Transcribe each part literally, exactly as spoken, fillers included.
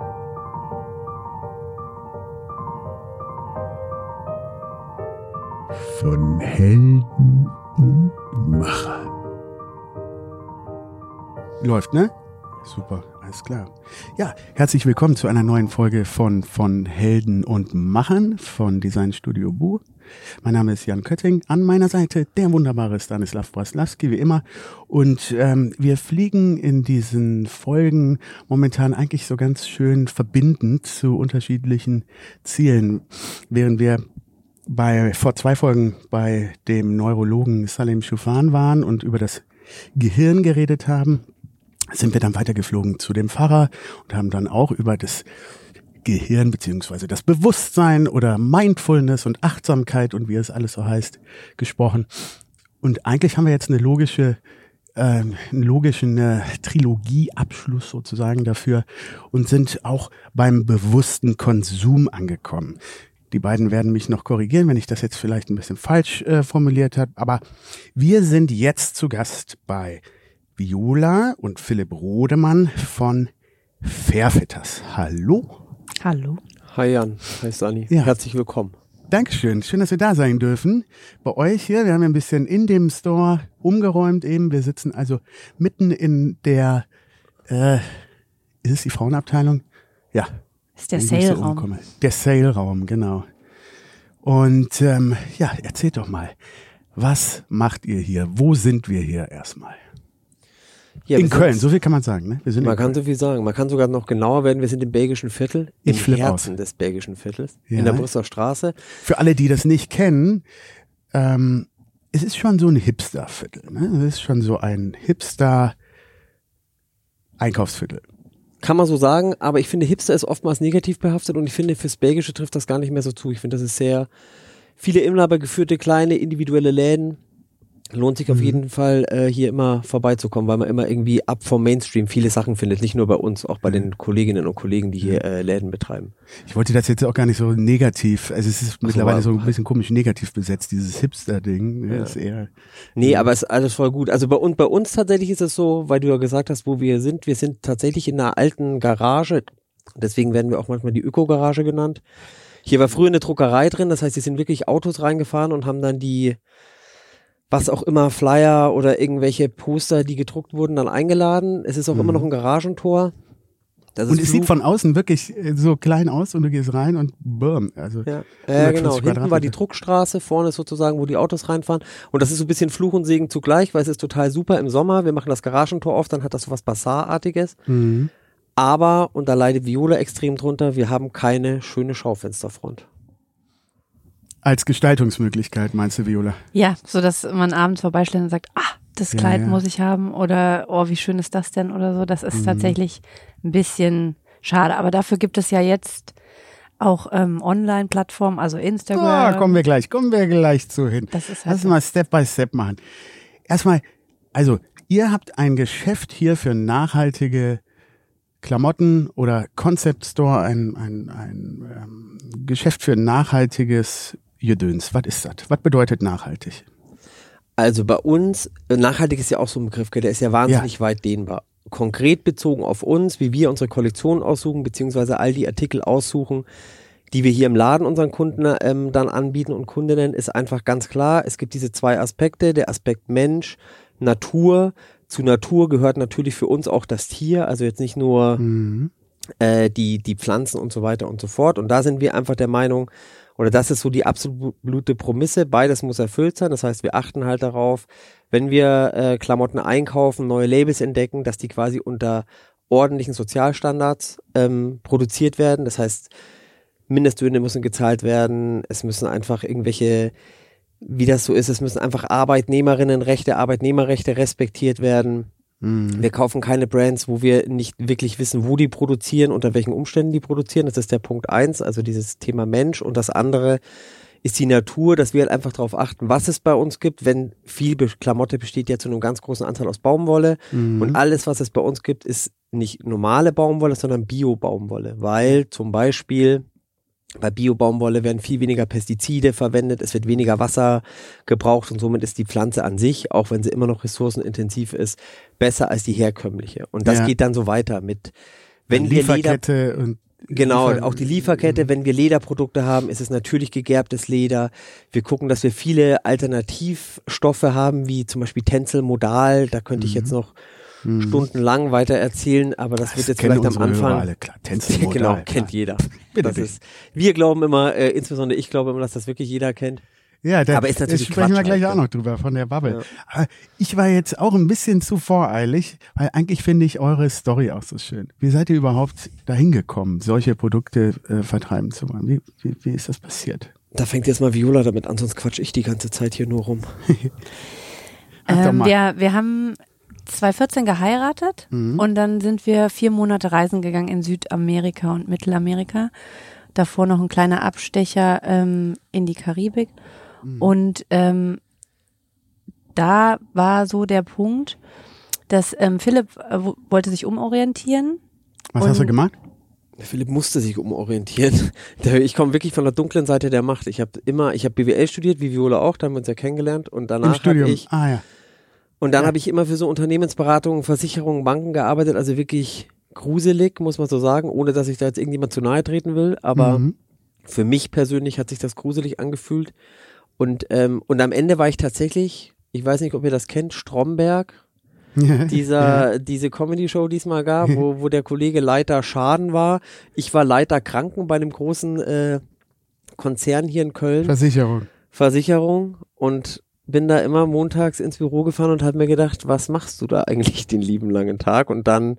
Von Helden und Machern. Läuft, ne? Super, alles klar. Ja, herzlich willkommen zu einer neuen Folge von von Helden und Machern von Design Studio Bu. Mein Name ist Jan Kötting, an meiner Seite der wunderbare Stanislav Braslawski, wie immer. Und ähm, wir fliegen in diesen Folgen momentan eigentlich so ganz schön verbindend zu unterschiedlichen Zielen, während wir bei vor zwei Folgen bei dem Neurologen Salim Shufan waren und über das Gehirn geredet haben, sind wir dann weitergeflogen zu dem Pfarrer und haben dann auch über das Gehirn beziehungsweise das Bewusstsein oder Mindfulness und Achtsamkeit und wie es alles so heißt, gesprochen. Und eigentlich haben wir jetzt eine logische, äh, einen logischen äh, Trilogieabschluss sozusagen dafür und sind auch beim bewussten Konsum angekommen. Die beiden werden mich noch korrigieren, wenn ich das jetzt vielleicht ein bisschen falsch äh, formuliert habe. Aber wir sind jetzt zu Gast bei Viola und Philipp Rodemann von Fairfitters. Hallo. Hallo. Hi Jan, hi Stani. Ja. Herzlich willkommen. Dankeschön, schön, dass wir da sein dürfen. Bei euch hier, wir haben ja ein bisschen in dem Store umgeräumt eben. Wir sitzen also mitten in der, äh, ist es die Frauenabteilung? Ja. Ist der Sale-Raum. So der Sale-Raum, genau. Und ähm, ja, erzählt doch mal, was macht ihr hier? Wo sind wir hier erstmal? Ja, in Köln, so viel kann man sagen. Ne? Wir sind man kann so viel sagen. Man kann sogar noch genauer werden. Wir sind im belgischen Viertel, im Herzen aus. des belgischen Viertels, ja. in der Brüsseler Straße. Für alle, die das nicht kennen, ähm, es ist schon so ein Hipster-Viertel. Ne? Es ist schon so ein Hipster-Einkaufsviertel. Kann man so sagen, aber ich finde, Hipster ist oftmals negativ behaftet und ich finde, fürs Belgische trifft das gar nicht mehr so zu. Ich finde, das ist sehr viele Inhaber geführte, kleine, individuelle Läden. Lohnt sich auf mhm. jeden Fall, äh, hier immer vorbeizukommen, weil man immer irgendwie ab vom Mainstream viele Sachen findet. Nicht nur bei uns, auch bei den Kolleginnen und Kollegen, die hier äh, Läden betreiben. Ich wollte das jetzt auch gar nicht so negativ, also es ist Ach mittlerweile so, so ein bisschen komisch negativ besetzt, dieses Hipster-Ding. Ja. Ist eher, nee, ja. aber es ist alles voll gut. Also bei uns, bei uns tatsächlich ist es so, weil du ja gesagt hast, wo wir sind, wir sind tatsächlich in einer alten Garage, deswegen werden wir auch manchmal die Öko-Garage genannt. Hier war früher eine Druckerei drin, das heißt, hier sind wirklich Autos reingefahren und haben dann die was auch immer, Flyer oder irgendwelche Poster, die gedruckt wurden, dann eingeladen. Es ist auch mhm. immer noch ein Garagentor. Das und ist es sieht von außen wirklich so klein aus und du gehst rein und boom. Also ja, äh, genau. Hinten war die Druckstraße, vorne ist sozusagen, wo die Autos reinfahren. Und das ist so ein bisschen Fluch und Segen zugleich, weil es ist total super im Sommer. Wir machen das Garagentor auf, dann hat das so was Basarartiges. Mhm. Aber, und da leidet Viola extrem drunter, wir haben keine schöne Schaufensterfront. Als Gestaltungsmöglichkeit, meinst du, Viola? Ja, so dass man abends vorbeistellt und sagt, ah, das Kleid ja, ja. muss ich haben oder oh, wie schön ist das denn oder so. Das ist mhm. tatsächlich ein bisschen schade. Aber dafür gibt es ja jetzt auch ähm, Online-Plattformen, also Instagram. Ah, kommen wir gleich, kommen wir gleich zu hin. Das ist halt Lass mal Step by Step machen. Erstmal, also ihr habt ein Geschäft hier für nachhaltige Klamotten oder Concept Store, ein, ein, ein ähm, Geschäft für nachhaltiges Gedöns. Was ist das? Was bedeutet nachhaltig? Also bei uns, nachhaltig ist ja auch so ein Begriff, der ist ja wahnsinnig ja. weit dehnbar. Konkret bezogen auf uns, wie wir unsere Kollektion aussuchen, beziehungsweise all die Artikel aussuchen, die wir hier im Laden unseren Kunden ähm, dann anbieten und Kundinnen, ist einfach ganz klar, es gibt diese zwei Aspekte, der Aspekt Mensch, Natur. Zu Natur gehört natürlich für uns auch das Tier, also jetzt nicht nur mhm. äh, die, die Pflanzen und so weiter und so fort. Und da sind wir einfach der Meinung, oder das ist so die absolute Prämisse, beides muss erfüllt sein. Das heißt, wir achten halt darauf, wenn wir äh, Klamotten einkaufen, neue Labels entdecken, dass die quasi unter ordentlichen Sozialstandards ähm, produziert werden. Das heißt, Mindestlöhne müssen gezahlt werden, es müssen einfach irgendwelche, wie das so ist, es müssen einfach Arbeitnehmerinnenrechte, Arbeitnehmerrechte respektiert werden. Mhm. Wir kaufen keine Brands, wo wir nicht wirklich wissen, wo die produzieren, unter welchen Umständen die produzieren. Das ist der Punkt eins, also dieses Thema Mensch. Und das andere ist die Natur, dass wir halt einfach darauf achten, was es bei uns gibt. Wenn viel Be- Klamotte besteht ja zu einem ganz großen Anteil aus Baumwolle. Mhm. Und alles, was es bei uns gibt, ist nicht normale Baumwolle, sondern Bio-Baumwolle. Weil zum Beispiel bei Bio-Baumwolle werden viel weniger Pestizide verwendet, es wird weniger Wasser gebraucht und somit ist die Pflanze an sich, auch wenn sie immer noch ressourcenintensiv ist, besser als die herkömmliche. Und das ja. geht dann so weiter mit Wenn wir Lieferkette Leder, und Genau, Liefer- auch die Lieferkette, wenn wir Lederprodukte haben, ist es natürlich gegerbtes Leder. Wir gucken, dass wir viele Alternativstoffe haben, wie zum Beispiel Tencel Modal. Da könnte ich jetzt noch Mhm. stundenlang weiter erzählen, aber das, Das wird jetzt kennen vielleicht am unsere Anfang. Hörer alle, klar. Tencel Modal, genau, klar. kennt jeder. Bitte Das dich. ist, wir glauben immer, äh, insbesondere ich glaube immer, dass das wirklich jeder kennt. Ja, da, Aber ist natürlich da sprechen wir Quatsch gleich halt, auch ne? noch drüber, von der Bubble. Ja. Aber ich war jetzt auch ein bisschen zu voreilig, weil eigentlich finde ich eure Story auch so schön. Wie seid ihr überhaupt dahin gekommen, solche Produkte äh, vertreiben zu wollen? Wie, wie, wie ist das passiert? Da fängt jetzt mal Viola damit an, sonst quatsch ich die ganze Zeit hier nur rum. Ach, doch Ähm, mal. wir, wir haben zwanzig vierzehn geheiratet Mhm. und dann sind wir vier Monate reisen gegangen in Südamerika und Mittelamerika. Davor noch ein kleiner Abstecher ähm, in die Karibik. Mhm. Und ähm, da war so der Punkt, dass ähm, Philipp äh, w- wollte sich umorientieren. Was und- hast du gemacht? Philipp musste sich umorientieren. Der- Ich komme wirklich von der dunklen Seite der Macht. Ich habe immer, ich habe B W L studiert, wie Viola auch, da haben wir uns ja kennengelernt und Im danach habe Studium. ich Ah ja. und dann Ja. habe ich immer für so Unternehmensberatungen, Versicherungen, Banken gearbeitet, also wirklich gruselig, muss man so sagen, ohne dass ich da jetzt irgendjemand zu nahe treten will, aber Mhm. für mich persönlich hat sich das gruselig angefühlt und ähm, und am Ende war ich tatsächlich, ich weiß nicht, ob ihr das kennt, Stromberg. Dieser, Ja. diese Comedy-Show, die es mal gab, wo, wo der Kollege Leiter Schaden war. Ich war Leiter Kranken bei einem großen äh, Konzern hier in Köln, Versicherung. Versicherung, und bin da immer montags ins Büro gefahren und habe mir gedacht, was machst du da eigentlich den lieben langen Tag? Und dann,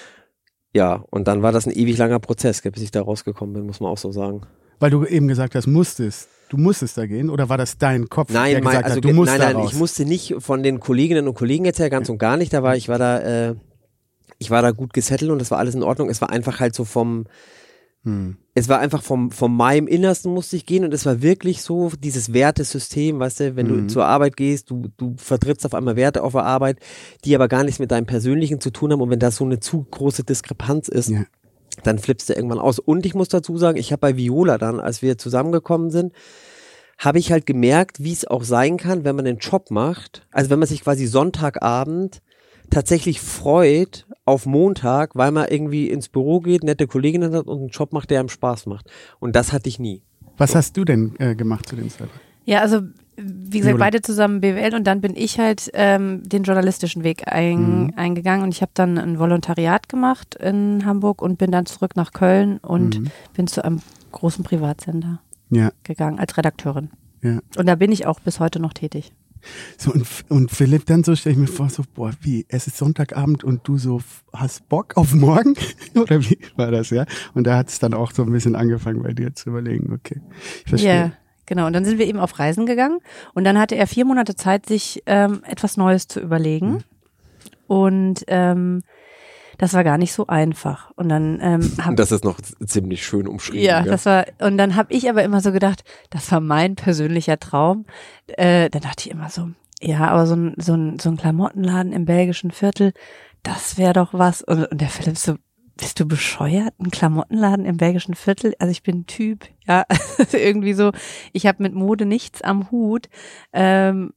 ja, und dann war das ein ewig langer Prozess, bis ich da rausgekommen bin, muss man auch so sagen. Weil du eben gesagt hast, musstest. Du musstest da gehen oder war das dein Kopf, Nein, der mein, gesagt also hat, du ge- musst nein, da nein, raus? ich musste nicht von den Kolleginnen und Kollegen jetzt her ganz und gar nicht. Da war ich war da, äh, ich war da gut gesettelt und das war alles in Ordnung. Es war einfach halt so vom, Hm. es war einfach vom, vom meinem Innersten musste ich gehen und es war wirklich so dieses Wertesystem, weißt du, wenn Mhm. du zur Arbeit gehst, du, du vertrittst auf einmal Werte auf der Arbeit, die aber gar nichts mit deinem Persönlichen zu tun haben, und wenn das so eine zu große Diskrepanz ist, Ja. dann flippst du irgendwann aus. Und ich muss dazu sagen, ich habe bei Viola dann, als wir zusammengekommen sind, habe ich halt gemerkt, wie es auch sein kann, wenn man einen Job macht, also wenn man sich quasi Sonntagabend tatsächlich freut auf Montag, weil man irgendwie ins Büro geht, nette Kolleginnen hat und einen Job macht, der einem Spaß macht. Und das hatte ich nie. Was hast du denn äh, gemacht zu dem Zeitpunkt? Ja, also wie gesagt, Viola. beide zusammen B W L und dann bin ich halt ähm, den journalistischen Weg ein, Mhm. eingegangen und ich habe dann ein Volontariat gemacht in Hamburg und bin dann zurück nach Köln und Mhm. bin zu einem großen Privatsender Ja, gegangen als Redakteurin. ja. Und da bin ich auch bis heute noch tätig. So, und, und Philipp, dann so stelle ich mir vor, so, boah, wie, es ist Sonntagabend und du so f- hast Bock auf morgen? Oder wie war das, ja? Und da hat es dann auch so ein bisschen angefangen bei dir zu überlegen, okay. Ich verstehe. Ja, genau. Und dann sind wir eben auf Reisen gegangen und dann hatte er vier Monate Zeit, sich ähm, etwas Neues zu überlegen. Mhm. Und ähm, das war gar nicht so einfach. Und dann ähm, hab, Das ist noch ziemlich schön umschrieben. ja, gell? das war, und dann habe ich aber immer so gedacht, das war mein persönlicher Traum. Äh, dann dachte ich immer so, ja, aber so ein, so ein, so ein Klamottenladen im belgischen Viertel, das wäre doch was. Und, und der Philipp so, bist du bescheuert? Ein Klamottenladen im belgischen Viertel? Also ich bin ein Typ, ja, irgendwie so, ich habe mit Mode nichts am Hut. Ähm,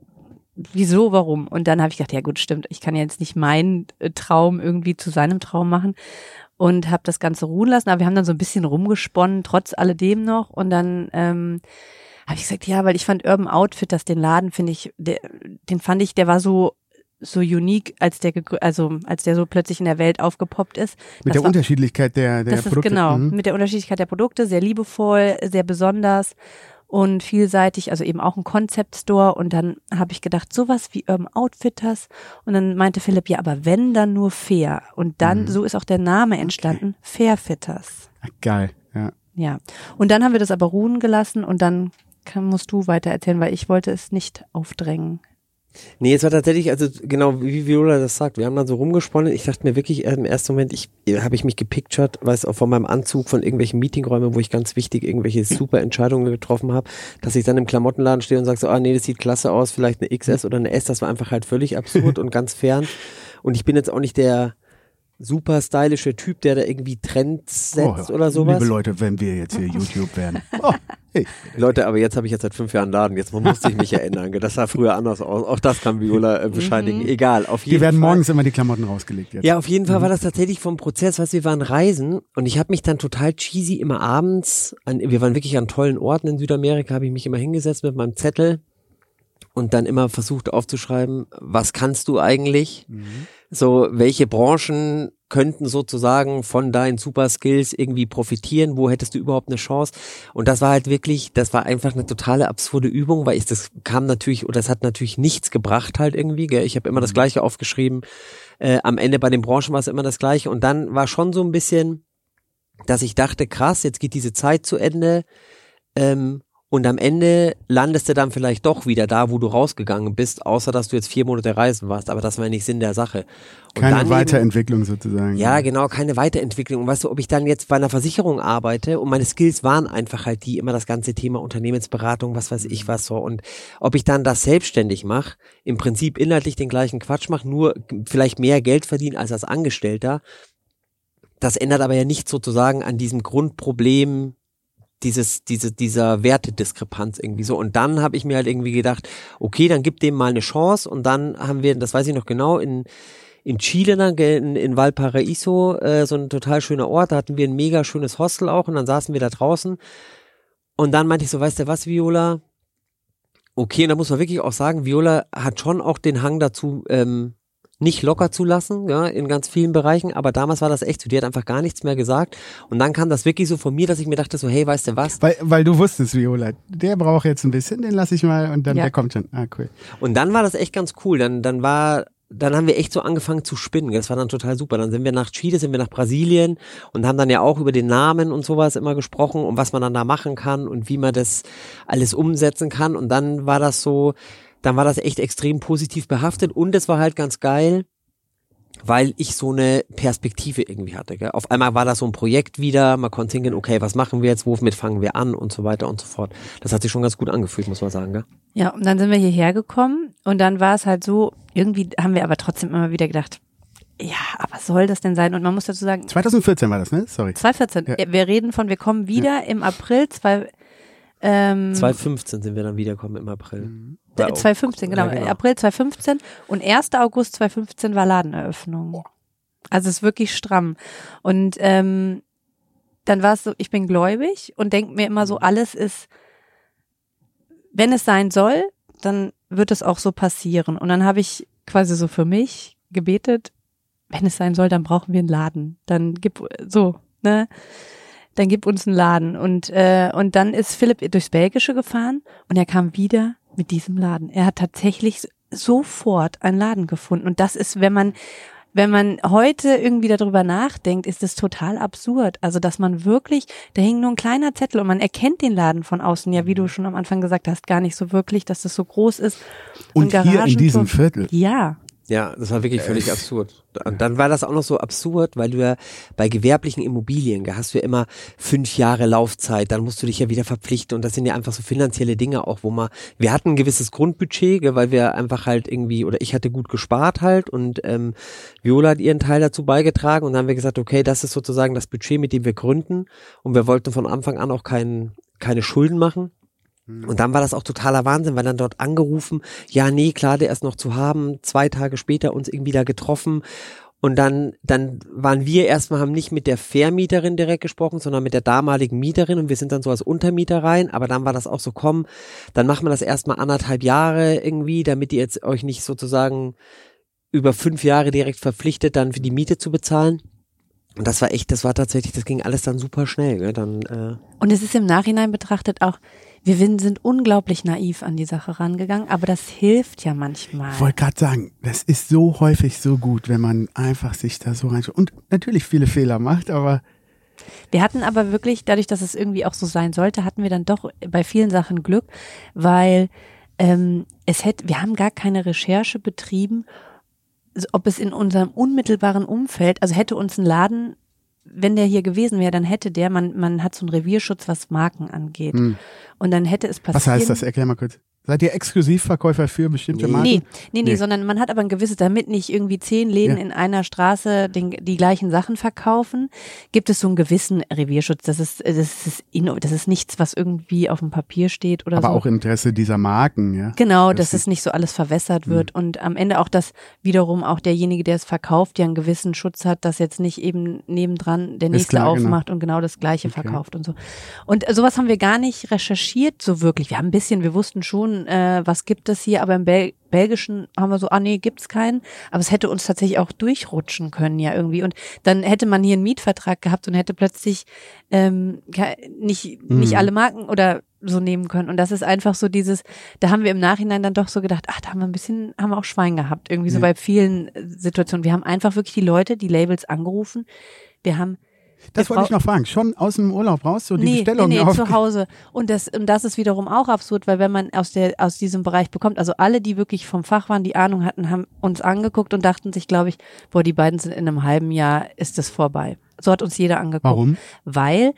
wieso, warum? Und dann habe ich gedacht, ja gut, stimmt, ich kann jetzt nicht meinen äh, Traum irgendwie zu seinem Traum machen und habe das Ganze ruhen lassen, aber wir haben dann so ein bisschen rumgesponnen, trotz alledem noch, und dann ähm, habe ich gesagt, ja, weil ich fand Urban Outfitters, den Laden, finde ich, der, den fand ich, der war so so unique, als der gegrü- also als der so plötzlich in der Welt aufgepoppt ist. Mit Das der war- Unterschiedlichkeit der, der das ist Produkte. genau, Mhm. mit der Unterschiedlichkeit der Produkte, sehr liebevoll, sehr besonders und vielseitig, also eben auch ein Concept Store. Und dann habe ich gedacht, sowas wie Urban Outfitters. Und dann meinte Philipp, ja, aber wenn, dann nur fair. Und dann, Mhm. so ist auch der Name entstanden, Fairfitters. Ah, geil, ja. Ja. Und dann haben wir das aber ruhen gelassen und dann kann, musst du weiter erzählen, weil ich wollte es nicht aufdrängen. Nee, es war tatsächlich, also genau wie Viola das sagt, wir haben dann so rumgesponnen. Ich dachte mir wirklich im ersten Moment, ich habe ich mich gepictured, weiß auch von meinem Anzug von irgendwelchen Meetingräumen, wo ich ganz wichtig irgendwelche super Entscheidungen getroffen habe, dass ich dann im Klamottenladen stehe und sage so, ah nee, das sieht klasse aus, vielleicht eine X S oder eine S, das war einfach halt völlig absurd und ganz fern. Und ich bin jetzt auch nicht der super stylische Typ, der da irgendwie Trends setzt Oh, oder sowas. Liebe Leute, wenn wir jetzt hier YouTube werden. Oh, Ich, Leute, aber jetzt habe ich jetzt seit fünf Jahren Laden, jetzt musste ich mich erinnern. Das sah früher anders aus. Auch das kann Viola äh, bescheinigen. Mhm. Egal, auf jeden Fall. Die werden morgens immer die Klamotten rausgelegt jetzt. Ja, auf jeden Fall mhm. war das tatsächlich vom Prozess, was wir waren reisen und ich habe mich dann total cheesy immer abends, an, wir waren wirklich an tollen Orten in Südamerika, habe ich mich immer hingesetzt mit meinem Zettel und dann immer versucht aufzuschreiben, was kannst du eigentlich? Mhm. So, welche Branchen könnten sozusagen von deinen Super Skills irgendwie profitieren, wo hättest du überhaupt eine Chance? Und das war halt wirklich, das war einfach eine totale absurde Übung, weil ich, das kam natürlich, oder das hat natürlich nichts gebracht halt irgendwie, gell? Ich habe immer das Gleiche aufgeschrieben, äh, am Ende bei den Branchen war es immer das Gleiche und dann war schon so ein bisschen, dass ich dachte, krass, jetzt geht diese Zeit zu Ende, ähm, und am Ende landest du dann vielleicht doch wieder da, wo du rausgegangen bist, außer dass du jetzt vier Monate reisen warst. Aber das war ja nicht Sinn der Sache. Und keine dann Weiterentwicklung eben, sozusagen. Ja, genau, keine Weiterentwicklung. Und weißt du, ob ich dann jetzt bei einer Versicherung arbeite und meine Skills waren einfach halt die, immer das ganze Thema Unternehmensberatung, was weiß ich was so. Und ob ich dann das selbstständig mache, im Prinzip inhaltlich den gleichen Quatsch mache, nur vielleicht mehr Geld verdienen als als Angestellter, das ändert aber ja nichts sozusagen an diesem Grundproblem, dieses, diese, dieser Wertediskrepanz irgendwie so. Und dann habe ich mir halt irgendwie gedacht, okay, dann gib dem mal eine Chance. Und dann haben wir, das weiß ich noch genau, in, in Chile, in, in Valparaiso, äh, so ein total schöner Ort, da hatten wir ein mega schönes Hostel auch und dann saßen wir da draußen. Und dann meinte ich so, weißt du was, Viola? Okay, und da muss man wirklich auch sagen, Viola hat schon auch den Hang dazu, ähm, nicht locker zu lassen, ja, in ganz vielen Bereichen, aber damals war das echt so, die hat einfach gar nichts mehr gesagt und dann kam das wirklich so von mir, dass ich mir dachte so, hey, weißt du was? Weil, weil du wusstest, Viola, der braucht jetzt ein bisschen, den lasse ich mal und dann, ja. der kommt schon. Ah, cool. Und dann war das echt ganz cool, dann, dann war, dann haben wir echt so angefangen zu spinnen, das war dann total super, dann sind wir nach Chile, sind wir nach Brasilien und haben dann ja auch über den Namen und sowas immer gesprochen und was man dann da machen kann und wie man das alles umsetzen kann und dann war das so, dann war das echt extrem positiv behaftet und es war halt ganz geil, weil ich so eine Perspektive irgendwie hatte. Gell? Auf einmal war das so ein Projekt wieder, man konnte hingehen, okay, was machen wir jetzt, womit fangen wir an und so weiter und so fort. Das hat sich schon ganz gut angefühlt, muss man sagen. Gell? Ja, und dann sind wir hierher gekommen und dann war es halt so, irgendwie haben wir aber trotzdem immer wieder gedacht, ja, aber soll das denn sein? Und man muss dazu sagen, zwanzig vierzehn war das, ne? Sorry. zwanzig vierzehn. Ja. Wir reden von, wir kommen wieder ja. im April, zwei, ähm, zwanzig fünfzehn sind wir dann wiedergekommen im April. Mhm. zwanzig fünfzehn, genau. Ja, genau. April zwanzig fünfzehn und erster August zwanzig fünfzehn war Ladeneröffnung. Also es ist wirklich stramm. Und ähm, dann war es so, ich bin gläubig und denke mir immer so, alles ist, wenn es sein soll, dann wird es auch so passieren. Und dann habe ich quasi so für mich gebetet, wenn es sein soll, dann brauchen wir einen Laden. Dann gib so, ne? Dann gib uns einen Laden. Und äh, und dann ist Philipp durchs Belgische gefahren und er kam wieder mit diesem Laden. Er hat tatsächlich sofort einen Laden gefunden. Und das ist, wenn man, wenn man heute irgendwie darüber nachdenkt, ist das total absurd. Also, dass man wirklich, da hing nur ein kleiner Zettel und man erkennt den Laden von außen, ja, wie du schon am Anfang gesagt hast, gar nicht so wirklich, dass das so groß ist. Und, und hier in diesem Viertel. Ja. Ja, das war wirklich völlig absurd. Und dann war das auch noch so absurd, weil du ja bei gewerblichen Immobilien, da hast du ja immer fünf Jahre Laufzeit, dann musst du dich ja wieder verpflichten und das sind ja einfach so finanzielle Dinge auch, wo man, wir hatten ein gewisses Grundbudget, weil wir einfach halt irgendwie, oder ich hatte gut gespart halt und ähm, Viola hat ihren Teil dazu beigetragen und dann haben wir gesagt, okay, das ist sozusagen das Budget, mit dem wir gründen und wir wollten von Anfang an auch kein, keine Schulden machen. Und dann war das auch totaler Wahnsinn, weil dann dort angerufen, ja, nee, klar, der ist noch zu haben, zwei Tage später uns irgendwie da getroffen und dann dann waren wir erstmal, haben nicht mit der Vermieterin direkt gesprochen, sondern mit der damaligen Mieterin und wir sind dann so als Untermieter rein, aber dann war das auch so, komm, dann machen wir das erstmal anderthalb Jahre irgendwie, damit ihr jetzt euch nicht sozusagen über fünf Jahre direkt verpflichtet, dann für die Miete zu bezahlen. Und das war echt, das war tatsächlich, das ging alles dann super schnell. Gell? Dann, äh und es ist im Nachhinein betrachtet auch, wir sind unglaublich naiv an die Sache rangegangen, aber das hilft ja manchmal. Ich wollte gerade sagen, das ist so häufig so gut, wenn man einfach sich da so reinschaut und natürlich viele Fehler macht, aber wir hatten aber wirklich, dadurch, dass es irgendwie auch so sein sollte, hatten wir dann doch bei vielen Sachen Glück, weil ähm, es hätte, wir haben gar keine Recherche betrieben, ob es in unserem unmittelbaren Umfeld, also hätte uns ein Laden, wenn der hier gewesen wäre, dann hätte der, man man hat so einen Revierschutz, was Marken angeht. Hm. Und dann hätte es passiert. Was heißt das? Erklär mal kurz. Seid ihr Exklusivverkäufer für bestimmte Nee. Marken? Nee, nee, nee, Nee. sondern man hat aber ein gewisses, damit nicht irgendwie zehn Läden Ja. in einer Straße den, die gleichen Sachen verkaufen, gibt es so einen gewissen Revierschutz. Das ist, das ist, inno- das ist nichts, was irgendwie auf dem Papier steht oder Aber so. auch im Interesse dieser Marken, ja. Genau, Das dass ist- es nicht so alles verwässert wird und am Ende auch, dass wiederum auch derjenige, der es verkauft, ja einen gewissen Schutz hat, dass jetzt nicht eben nebendran der Ist nächste klar, genau. aufmacht und genau das Gleiche Okay. verkauft und so. Und äh, sowas haben wir gar nicht recherchiert so wirklich. Wir haben ein bisschen, wir wussten schon, äh, was gibt es hier, aber im Bel Belgischen haben wir so, ah nee, gibt's keinen. Aber es hätte uns tatsächlich auch durchrutschen können ja irgendwie. Und dann hätte man hier einen Mietvertrag gehabt und hätte plötzlich ähm, ke- nicht, Mhm. nicht alle Marken oder so nehmen können. Und das ist einfach so dieses, da haben wir im Nachhinein dann doch so gedacht, ach, da haben wir ein bisschen, haben wir auch Schwein gehabt. Irgendwie so Ja. bei vielen äh, Situationen. Wir haben einfach wirklich die Leute, die Labels angerufen. Wir haben Das wir wollte ich brau- noch fragen. Schon aus dem Urlaub raus, so die nee, Bestellung nee, nee, auf. zu Hause. Und das, und das ist wiederum auch absurd, weil wenn man aus der, aus diesem Bereich bekommt, also alle, die wirklich vom Fach waren, die Ahnung hatten, haben uns angeguckt und dachten sich, glaube ich, boah, die beiden sind in einem halben Jahr, ist das vorbei. So hat uns jeder angeguckt. Warum? Weil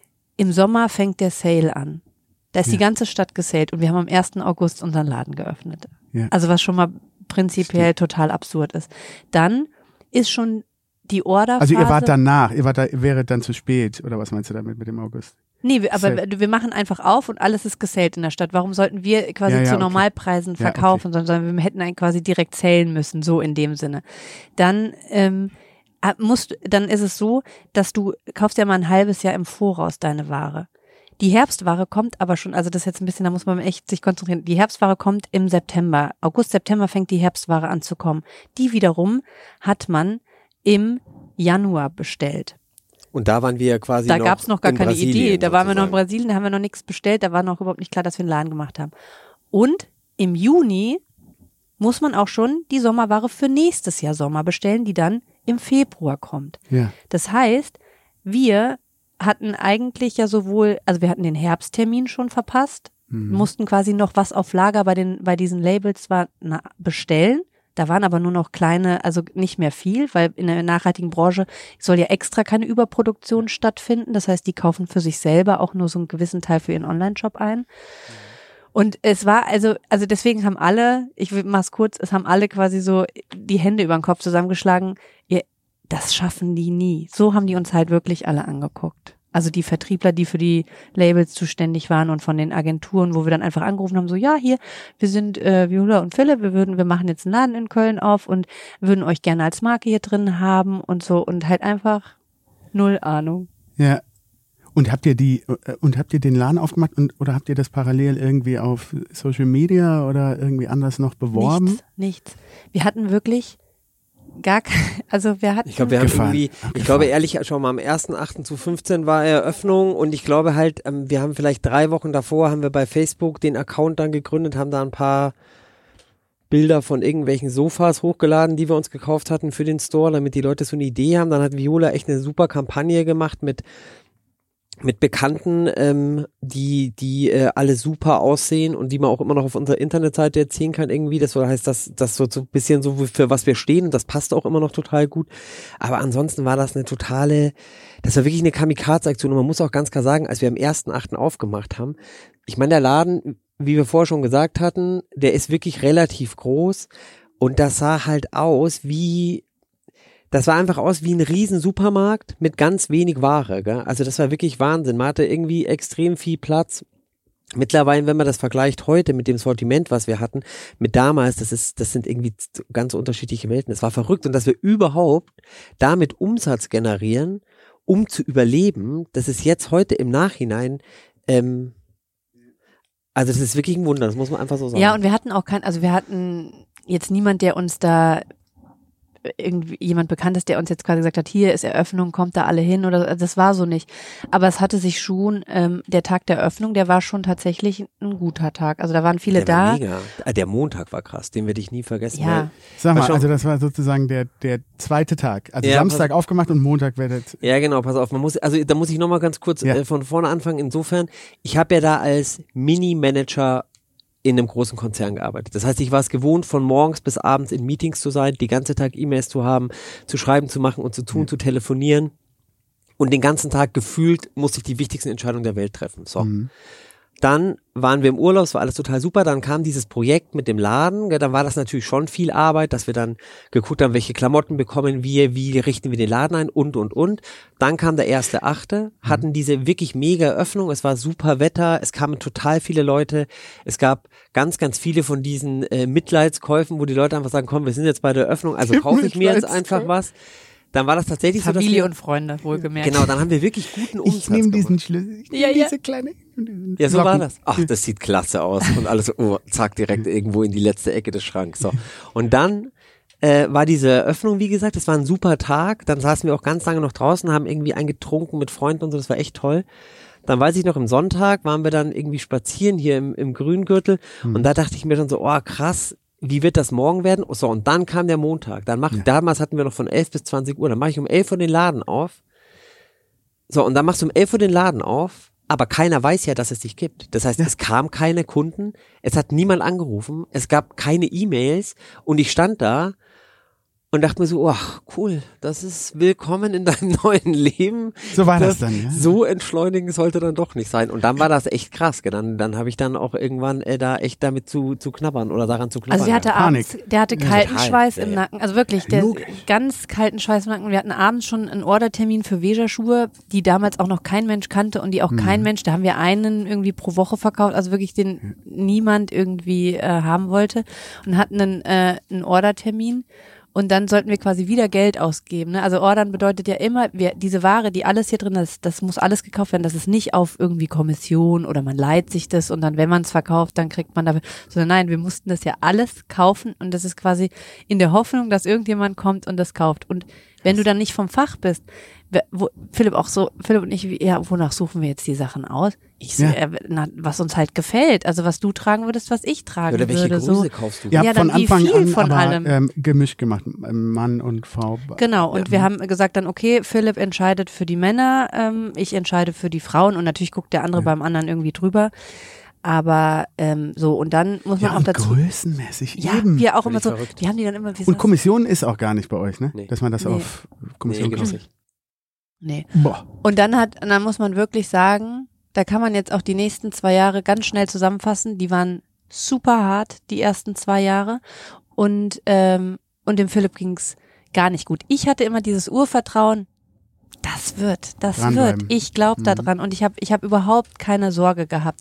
im Sommer fängt der Sale an. Da ist Ja. die ganze Stadt gesailt und wir haben am ersten August unseren Laden geöffnet. Ja. Also was schon mal prinzipiell total absurd ist. Dann ist schon die Orderphase. Also ihr wart danach, ihr wart da, wäret dann zu spät, oder was meinst du damit mit dem August? Nee, wir, aber Sale. wir machen einfach auf und alles ist gesailt in der Stadt. Warum sollten wir quasi Ja, ja, zu okay. Normalpreisen Ja, verkaufen, sondern wir hätten eigentlich quasi direkt zählen müssen, so in dem Sinne. Dann ähm, musst, dann ist es so, dass du kaufst ja mal ein halbes Jahr im Voraus deine Ware. Die Herbstware kommt aber schon, also das ist jetzt ein bisschen, da muss man echt sich konzentrieren. Die Herbstware kommt im September. August, September fängt die Herbstware an zu kommen. Die wiederum hat man im Januar bestellt. Und da waren wir quasi Da noch gab es noch gar in keine Brasilien Idee. Da waren wir noch in sozusagen. Brasilien, da haben wir noch nichts bestellt, da war noch überhaupt nicht klar, dass wir einen Laden gemacht haben. Und im Juni muss man auch schon die Sommerware für nächstes Jahr Sommer bestellen, die dann im Februar kommt. Ja. Das heißt, wir hatten eigentlich ja sowohl, also wir hatten den Herbsttermin schon verpasst, Mhm. mussten quasi noch was auf Lager bei den bei diesen Labels zwar na, bestellen. Da waren aber nur noch kleine, also nicht mehr viel, weil in der nachhaltigen Branche soll ja extra keine Überproduktion stattfinden. Das heißt, die kaufen für sich selber auch nur so einen gewissen Teil für ihren Online-Shop ein. Und es war also, also deswegen haben alle, ich mach's kurz, es haben alle quasi so die Hände über den Kopf zusammengeschlagen. Ihr, das schaffen die nie. So haben die uns halt wirklich alle angeguckt. Also die Vertriebler, die für die Labels zuständig waren und von den Agenturen, wo wir dann einfach angerufen haben, so ja, hier, wir sind äh, Viola und Philipp, wir würden, wir machen jetzt einen Laden in Köln auf und würden euch gerne als Marke hier drin haben und so und halt einfach null Ahnung. Ja. Und habt ihr die, äh, und habt ihr den Laden aufgemacht und, oder habt ihr das parallel irgendwie auf Social Media oder irgendwie anders noch beworben? Nichts, nichts. Wir hatten wirklich gar keine, also wir hatten. Ich glaube, wir haben Abgefahren, irgendwie, abgefahren. ich glaube ehrlich, schon mal am ersten achten zweitausendfünfzehn war Eröffnung und ich glaube halt, ähm, wir haben vielleicht drei Wochen davor, haben wir bei Facebook den Account dann gegründet, haben da ein paar Bilder von irgendwelchen Sofas hochgeladen, die wir uns gekauft hatten für den Store, damit die Leute so eine Idee haben. Dann hat Viola echt eine super Kampagne gemacht mit mit Bekannten, ähm, die die äh, alle super aussehen und die man auch immer noch auf unserer Internetseite erzählen kann irgendwie. Das heißt, das das so so ein bisschen so für was wir stehen und das passt auch immer noch total gut. Aber ansonsten war das eine totale, das war wirklich eine Kamikaze-Aktion und man muss auch ganz klar sagen, als wir am ersten achten aufgemacht haben, ich meine, der Laden, wie wir vorher schon gesagt hatten, der ist wirklich relativ groß und das sah halt aus wie Das war einfach aus wie ein riesen Supermarkt mit ganz wenig Ware, gell? Also das war wirklich Wahnsinn. Man hatte irgendwie extrem viel Platz. Mittlerweile, wenn man das vergleicht heute mit dem Sortiment, was wir hatten, mit damals, das ist, das sind irgendwie ganz unterschiedliche Welten. Das war verrückt und dass wir überhaupt damit Umsatz generieren, um zu überleben, das ist jetzt heute im Nachhinein, ähm, also das ist wirklich ein Wunder, das muss man einfach so sagen. Ja, und wir hatten auch kein, also wir hatten jetzt niemand, der uns da irgendwie jemand Bekanntes, der uns jetzt quasi gesagt hat, hier ist Eröffnung, kommt da alle hin oder das war so nicht. Aber es hatte sich schon, ähm, der Tag der Eröffnung, der war schon tatsächlich ein guter Tag. Also da waren viele der war da. Mega. Ah, der Montag war krass, den werde ich nie vergessen. Ja. Weil, Sag mal, War schon- also das war sozusagen der, der zweite Tag. Also Ja, Samstag aufgemacht und Montag werdet. Ja, genau, pass auf, man muss, also da muss ich nochmal ganz kurz Ja. äh, von vorne anfangen. Insofern, ich habe ja da als Mini-Manager in einem großen Konzern gearbeitet. Das heißt, ich war es gewohnt, von morgens bis abends in Meetings zu sein, die ganze Tag E-Mails zu haben, zu schreiben, zu machen und zu tun, Ja. zu telefonieren. Und den ganzen Tag gefühlt musste ich die wichtigsten Entscheidungen der Welt treffen. So. Mhm. Dann waren wir im Urlaub, es war alles total super. Dann kam dieses Projekt mit dem Laden. Dann war das natürlich schon viel Arbeit, dass wir dann geguckt haben, welche Klamotten bekommen wir, wie richten wir den Laden ein und, und, und. Dann kam der erste Achte, hatten diese wirklich mega Öffnung. Es war super Wetter, es kamen total viele Leute. Es gab ganz, ganz viele von diesen äh, Mitleidskäufen, wo die Leute einfach sagen, komm, wir sind jetzt bei der Öffnung, also kaufe ich mir jetzt einfach was. Dann war das tatsächlich Familie so, dass wir, und Freunde, wohlgemerkt. Genau, dann haben wir wirklich guten Umsatz Ich nehme diesen gemacht. Schlüssel, ich Ja, nehme ja. diese kleine... Ja, so war das. Ach, das sieht klasse aus. Und alles so, oh, zack, direkt irgendwo in die letzte Ecke des Schranks. So. Und dann äh, war diese Eröffnung, wie gesagt, das war ein super Tag. Dann saßen wir auch ganz lange noch draußen, haben irgendwie eingetrunken mit Freunden und so, das war echt toll. Dann weiß ich noch, am Sonntag waren wir dann irgendwie spazieren hier im, im Grüngürtel. Hm. Und da dachte ich mir dann so, oh krass, wie wird das morgen werden? So, und dann kam der Montag. Dann mach, ja. Damals hatten wir noch von elf bis zwanzig Uhr. Dann mache ich um elf Uhr den Laden auf. So, und dann machst du um elf Uhr den Laden auf. Aber keiner weiß ja, dass es dich gibt. Das heißt, ja. es kamen keine Kunden. Es hat niemand angerufen. Es gab keine E-Mails. Und ich stand da und dachte mir so, ach, cool, das ist willkommen in deinem neuen Leben. So war das, das dann, ja. So entschleunigend sollte dann doch nicht sein. Und dann war das echt krass. Gell? Dann, dann habe ich dann auch irgendwann äh, da echt damit zu, zu knabbern oder daran zu knabbern. Also der hatte abends, der hatte kalten Total. Schweiß ja, im ja. Nacken. Also wirklich, der Logisch. ganz kalten Schweiß im Nacken. Wir hatten abends schon einen Ordertermin für Veja-Schuhe, die damals auch noch kein Mensch kannte und die auch mhm. kein Mensch, da haben wir einen irgendwie pro Woche verkauft, also wirklich den niemand irgendwie äh, haben wollte und hatten einen, äh, einen Ordertermin. Und dann sollten wir quasi wieder Geld ausgeben. Ne? Also ordern bedeutet ja immer, wir, diese Ware, die alles hier drin ist, das muss alles gekauft werden. Das ist nicht auf irgendwie Kommission oder man leiht sich das und dann, wenn man es verkauft, dann kriegt man dafür. Sondern nein, wir mussten das ja alles kaufen und das ist quasi in der Hoffnung, dass irgendjemand kommt und das kauft. Und wenn du dann nicht vom Fach bist, wo, Philipp auch so, Philipp und ich, ja, wonach suchen wir jetzt die Sachen aus? Ich so, ja. äh, na, was uns halt gefällt, also was du tragen würdest, was ich tragen Oder welche würde. Größe so. kaufst du? Ihr Ja, habt dann von wie Anfang viel an von aber, allem. Ähm, gemischt gemacht, Mann und Frau. Genau, und ähm, wir haben gesagt dann, okay, Philipp entscheidet für die Männer, ähm, ich entscheide für die Frauen und natürlich guckt der andere ja. beim anderen irgendwie drüber. Aber ähm, so, und dann muss man ja, auch dazu. Größenmäßig ja, eben. wir auch immer so, verrückt. die haben die dann immer. Und Kommission ist auch gar nicht bei euch, ne? Nee. Dass man das Nee. auf Kommission Nee, kauft. nicht. Nee. Boah. Und dann hat, und dann muss man wirklich sagen, da kann man jetzt auch die nächsten zwei Jahre ganz schnell zusammenfassen. Die waren super hart, die ersten zwei Jahre. Und, ähm, und dem Philipp ging's gar nicht gut. Ich hatte immer dieses Urvertrauen, das wird, das Dranbleiben. wird. Ich glaube da Mhm. dran. Und ich habe ich hab überhaupt keine Sorge gehabt.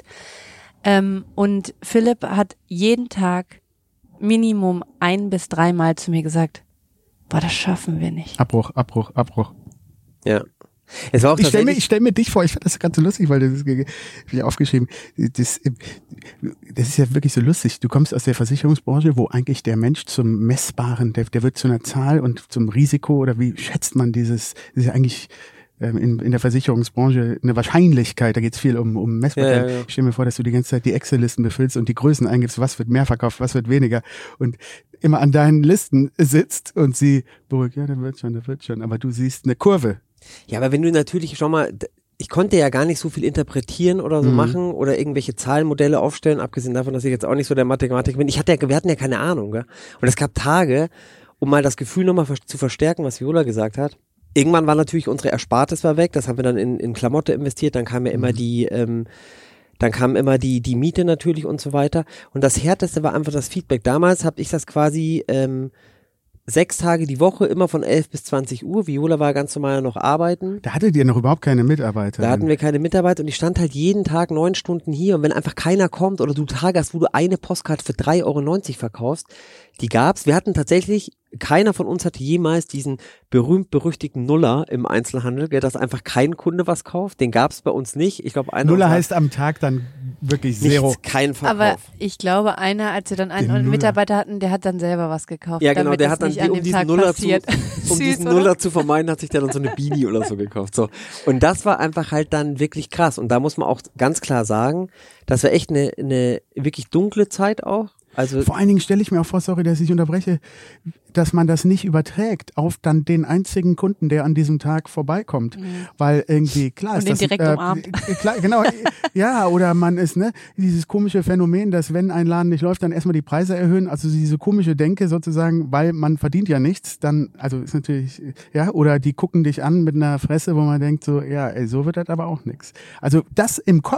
Ähm, und Philipp hat jeden Tag Minimum ein bis dreimal zu mir gesagt, boah, das schaffen wir nicht. Abbruch, Abbruch, Abbruch. Ja. Es war auch Ich stelle mir, tatsächlich- ich stell mir dich vor, ich fand das ganz so lustig, weil das ist hab ich aufgeschrieben. Das, das ist ja wirklich so lustig. Du kommst aus der Versicherungsbranche, wo eigentlich der Mensch zum Messbaren, der, der wird zu einer Zahl und zum Risiko oder wie schätzt man dieses, das ist ja eigentlich ähm, in, in der Versicherungsbranche eine Wahrscheinlichkeit, da geht es viel um, um Messbarkeit. Ja, ja, ja. Ich stelle mir vor, dass du die ganze Zeit die Excel-Listen befüllst und die Größen eingibst, was wird mehr verkauft, was wird weniger und immer an deinen Listen sitzt und sie beruhigt, ja, das wird schon, das wird schon, aber du siehst eine Kurve. Ja, aber wenn du natürlich schon mal, ich konnte ja gar nicht so viel interpretieren oder so Mhm. machen oder irgendwelche Zahlenmodelle aufstellen, abgesehen davon, dass ich jetzt auch nicht so der Mathematiker bin. Ich hatte ja, wir hatten ja keine Ahnung, gell? Und es gab Tage, um mal das Gefühl nochmal zu verstärken, was Viola gesagt hat. Irgendwann war natürlich unsere Erspartes war weg, das haben wir dann in, in Klamotte investiert, dann kam ja immer Mhm. die, ähm, dann kam immer die, die Miete natürlich und so weiter. Und das Härteste war einfach das Feedback. Damals habe ich das quasi, ähm, sechs Tage die Woche, immer von elf bis zwanzig Uhr. Viola war ganz normal noch arbeiten. Da hattet ihr noch überhaupt keine Mitarbeiter. Da hatten wir keine Mitarbeiter und ich stand halt jeden Tag neun Stunden hier und wenn einfach keiner kommt oder du Tage hast, wo du eine Postkarte für drei Euro neunzig verkaufst, die gab's. Wir hatten tatsächlich, keiner von uns hatte jemals diesen berühmt-berüchtigten Nuller im Einzelhandel, gell, dass einfach kein Kunde was kauft. Den gab's bei uns nicht. Ich glaube, einer Nuller unserer- heißt am Tag dann wirklich nichts, Zero. kein Verkauf. Aber ich glaube, einer, als wir dann Den einen Nuller. Mitarbeiter hatten, der hat dann selber was gekauft. Ja, genau, damit der das hat dann, nicht die, an um dem diesen Tag Nuller zu, passiert. um Süß, diesen oder? Nuller zu vermeiden, hat sich der dann so eine Beanie oder so gekauft. So. Und das war einfach halt dann wirklich krass. Und da muss man auch ganz klar sagen, das war echt eine, eine wirklich dunkle Zeit auch. Also, Vor allen Dingen stelle ich mir auch vor, sorry, dass ich unterbreche, dass man das nicht überträgt auf dann den einzigen Kunden, der an diesem Tag vorbeikommt. Mhm. Weil irgendwie, klar Und ist den das... direkt umarmt. äh, klar, genau, ja, oder man ist, ne, dieses komische Phänomen, dass wenn ein Laden nicht läuft, dann erstmal die Preise erhöhen, also diese komische Denke sozusagen, weil man verdient ja nichts, dann, also ist natürlich, ja, oder die gucken dich an mit einer Fresse, wo man denkt so, ja, ey, so wird das aber auch nichts. Also das im Kopf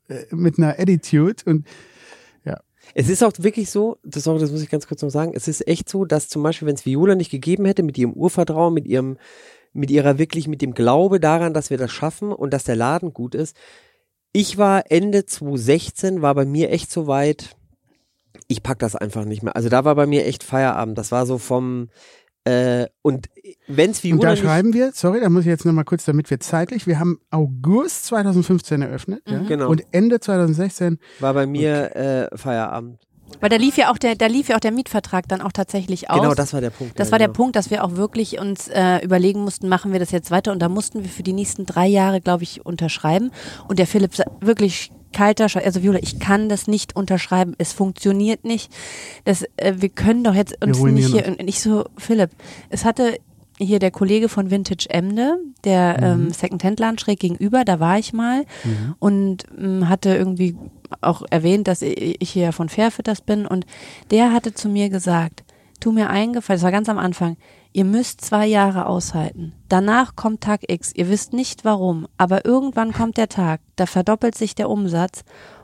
äh, mit einer Attitude und ja. Es ist auch wirklich so, das, auch, das muss ich ganz kurz noch sagen, es ist echt so, dass zum Beispiel, wenn es Viola nicht gegeben hätte, mit ihrem Urvertrauen, mit ihrem, mit ihrer wirklich, mit dem Glaube daran, dass wir das schaffen und dass der Laden gut ist. Ich war Ende zwanzig sechzehn, war bei mir echt so weit, ich pack das einfach nicht mehr. Also da war bei mir echt Feierabend. Das war so vom, äh, und wenn's Viola Und da nicht schreiben wir, sorry, da muss ich jetzt nochmal kurz, damit wir zeitlich, wir haben August zwanzig fünfzehn eröffnet, Mhm. ja? Genau. Und Ende zwanzig sechzehn war bei mir äh, Feierabend. Weil da lief ja auch der, da lief ja auch der Mietvertrag dann auch tatsächlich aus. Genau, das war der Punkt. Das ja, war der genau. Punkt, dass wir auch wirklich uns äh, überlegen mussten, machen wir das jetzt weiter, und da mussten wir für die nächsten drei Jahre, glaube ich, unterschreiben. Und der Philipp wirklich kalter Scheiß, also Viola, ich kann das nicht unterschreiben, es funktioniert nicht. Das, äh, wir können doch jetzt uns nicht hier, und ich so, Philipp, es hatte hier der Kollege von Vintage Emde, der Mhm. ähm, Second-Hand-Laden schräg gegenüber, da war ich mal Mhm. und ähm, hatte irgendwie auch erwähnt, dass ich ich hier von Fairfitters bin, und der hatte zu mir gesagt, tu mir einen Gefallen, das war ganz am Anfang, ihr müsst zwei Jahre aushalten. Danach kommt Tag X, ihr wisst nicht warum, aber irgendwann kommt der Tag, da verdoppelt sich der Umsatz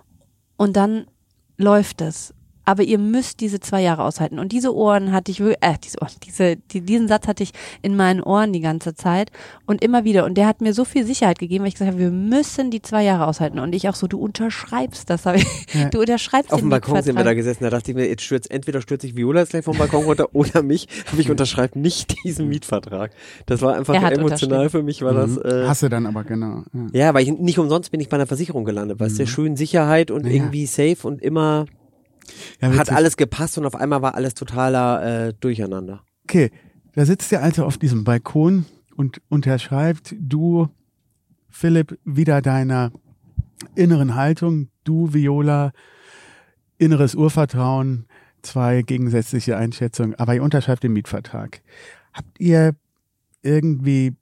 und dann läuft es. Aber ihr müsst diese zwei Jahre aushalten. Und diese Ohren hatte ich, wirklich- äh, diese Ohren, diese, die, diesen Satz hatte ich in meinen Ohren die ganze Zeit und immer wieder. Und der hat mir so viel Sicherheit gegeben, weil ich gesagt habe, wir müssen die zwei Jahre aushalten. Und ich auch so, du unterschreibst das. Hab ich, Ja. Du unterschreibst Auf den dem Balkon sind wir da Mietvertrag. gesessen, da dachte ich mir, jetzt stürzt, entweder stürzt sich Viola jetzt gleich vom Balkon runter oder mich, aber ich unterschreibe nicht diesen Mietvertrag. Das war einfach Er hat emotional unterschrieben. für mich, war das, Mhm. äh, Hast du dann aber, genau. Ja. ja, weil ich nicht umsonst bin ich bei einer Versicherung gelandet, weißt du, Mhm. schön Sicherheit und Ja. irgendwie safe und immer Ja, hat witzig. alles gepasst und auf einmal war alles totaler äh, Durcheinander. Okay, da sitzt der Alte auf diesem Balkon und unterschreibt, du, Philipp, wieder deiner inneren Haltung, du, Viola, inneres Urvertrauen, zwei gegensätzliche Einschätzungen, aber ihr unterschreibt den Mietvertrag. Habt ihr irgendwie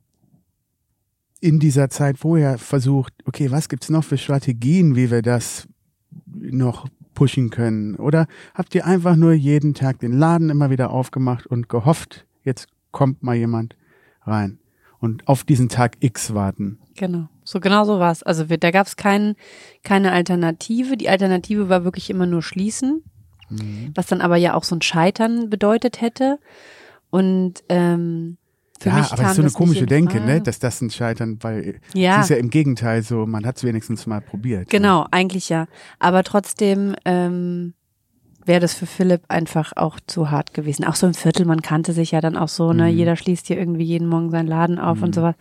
in dieser Zeit vorher versucht, okay, was gibt's noch für Strategien, wie wir das noch pushen können? Oder habt ihr einfach nur jeden Tag den Laden immer wieder aufgemacht und gehofft, jetzt kommt mal jemand rein und auf diesen Tag X warten? Genau, so genau so war es. Also wir, da gab es kein, keine Alternative. Die Alternative war wirklich immer nur schließen, Mhm. was dann aber ja auch so ein Scheitern bedeutet hätte. Und ähm, für Ja, mich aber kam das ist so eine das komische nicht in Denke, Frage. ne, dass das ein Scheitern, weil Ja. es ist ja im Gegenteil so, man hat es wenigstens mal probiert. Genau, eigentlich ja. Aber trotzdem ähm, wäre das für Philipp einfach auch zu hart gewesen. Auch so im Viertel, man kannte sich ja dann auch so, ne? Mhm. Jeder schließt hier irgendwie jeden Morgen seinen Laden auf Mhm. und sowas.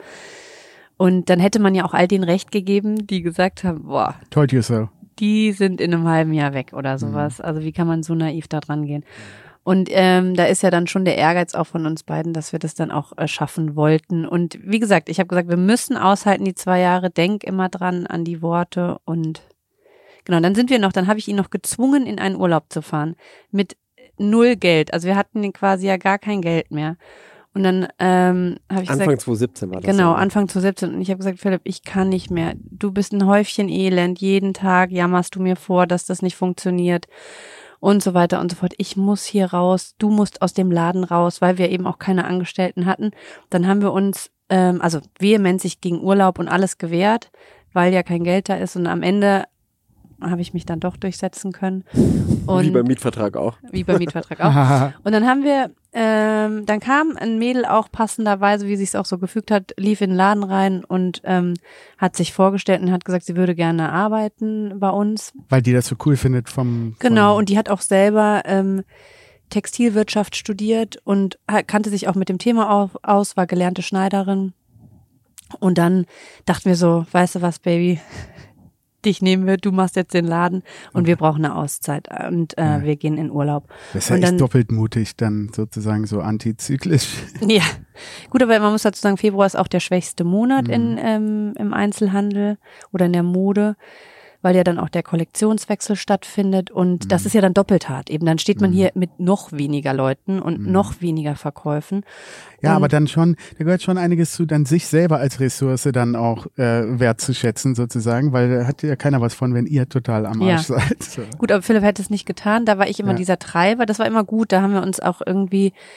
Und dann hätte man ja auch all denen recht gegeben, die gesagt haben, boah, Told you so. die sind in einem halben Jahr weg oder sowas. Also wie kann man so naiv da dran gehen? Und ähm, da ist ja dann schon der Ehrgeiz auch von uns beiden, dass wir das dann auch äh, schaffen wollten. Und wie gesagt, ich habe gesagt, wir müssen aushalten die zwei Jahre. Denk immer dran an die Worte. Und genau, dann sind wir noch, dann habe ich ihn noch gezwungen, in einen Urlaub zu fahren mit null Geld. Also wir hatten quasi ja gar kein Geld mehr. Und dann ähm, habe ich Anfang gesagt, zwanzig siebzehn war das. genau, ja. Anfang zwanzig siebzehn. Und ich habe gesagt, Philipp, ich kann nicht mehr. Du bist ein Häufchen Elend. Jeden Tag jammerst du mir vor, dass das nicht funktioniert. Und so weiter und so fort. Ich muss hier raus. Du musst aus dem Laden raus, weil wir eben auch keine Angestellten hatten. Dann haben wir uns, ähm, also vehement sich gegen Urlaub und alles gewehrt, weil ja kein Geld da ist. Und am Ende habe ich mich dann doch durchsetzen können. Und Wie beim Mietvertrag auch. wie beim Mietvertrag auch. Und dann haben wir, ähm, dann kam ein Mädel auch passenderweise, wie sie es auch so gefügt hat, lief in den Laden rein und ähm, hat sich vorgestellt und hat gesagt, sie würde gerne arbeiten bei uns. Weil die das so cool findet vom... Genau, vom und die hat auch selber ähm, Textilwirtschaft studiert und ha- kannte sich auch mit dem Thema au- aus, war gelernte Schneiderin. Und dann dachten wir so, weißt du was, Baby, dich nehmen wir, du machst jetzt den Laden und wir brauchen eine Auszeit und äh, Ja. wir gehen in Urlaub. das ist ja und echt dann- doppelt mutig, dann sozusagen so antizyklisch. Ja, gut, aber man muss dazu sagen, Februar ist auch der schwächste Monat Mhm. in, ähm, im Einzelhandel oder in der Mode, weil ja dann auch der Kollektionswechsel stattfindet und Mhm. das ist ja dann doppelt hart. Eben dann steht man Mhm. hier mit noch weniger Leuten und Mhm. noch weniger Verkäufen. Ja, Und- aber dann schon, da gehört schon einiges zu, dann sich selber als Ressource dann auch äh, wertzuschätzen sozusagen, weil da hat ja keiner was von, wenn ihr total am Ja. Arsch seid. So. Gut, aber Philipp hätte es nicht getan, da war ich immer Ja. dieser Treiber, das war immer gut, da haben wir uns auch irgendwie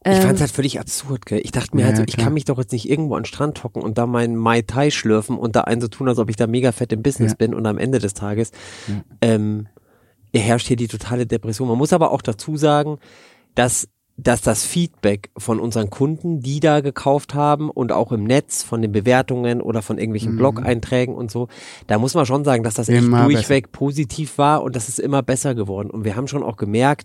Ich fand es halt völlig absurd, gell? Ich dachte mir ja, halt so, ich kann mich doch jetzt nicht irgendwo an den Strand hocken und da meinen Mai Tai schlürfen und da einen so tun, als ob ich da mega fett im Business ja. bin und am Ende des Tages ja. ähm, herrscht hier die totale Depression. Man muss aber auch dazu sagen, dass, dass das Feedback von unseren Kunden, die da gekauft haben und auch im Netz von den Bewertungen oder von irgendwelchen mhm. Blog-Einträgen und so, da muss man schon sagen, dass das echt immer durchweg besser. positiv war und das ist immer besser geworden. Und wir haben schon auch gemerkt,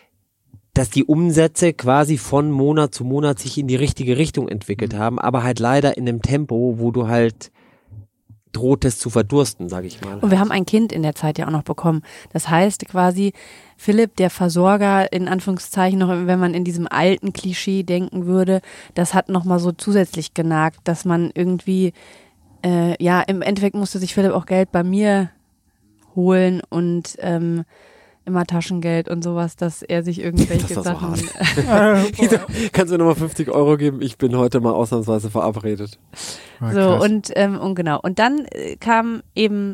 dass die Umsätze quasi von Monat zu Monat sich in die richtige Richtung entwickelt haben, aber halt leider in einem Tempo, wo du halt drohtest zu verdursten, sag ich mal. Und wir haben ein Kind in der Zeit ja auch noch bekommen. Das heißt quasi, Philipp, der Versorger, in Anführungszeichen noch, wenn man in diesem alten Klischee denken würde, das hat nochmal so zusätzlich genagt, dass man irgendwie, äh, ja, im Endeffekt musste sich Philipp auch Geld bei mir holen und ähm, immer Taschengeld und sowas, dass er sich irgendwelche das Sachen... So Kannst du mir nochmal fünfzig Euro geben? Ich bin heute mal ausnahmsweise verabredet. Oh, so, und, ähm, und genau. Und dann äh, kam eben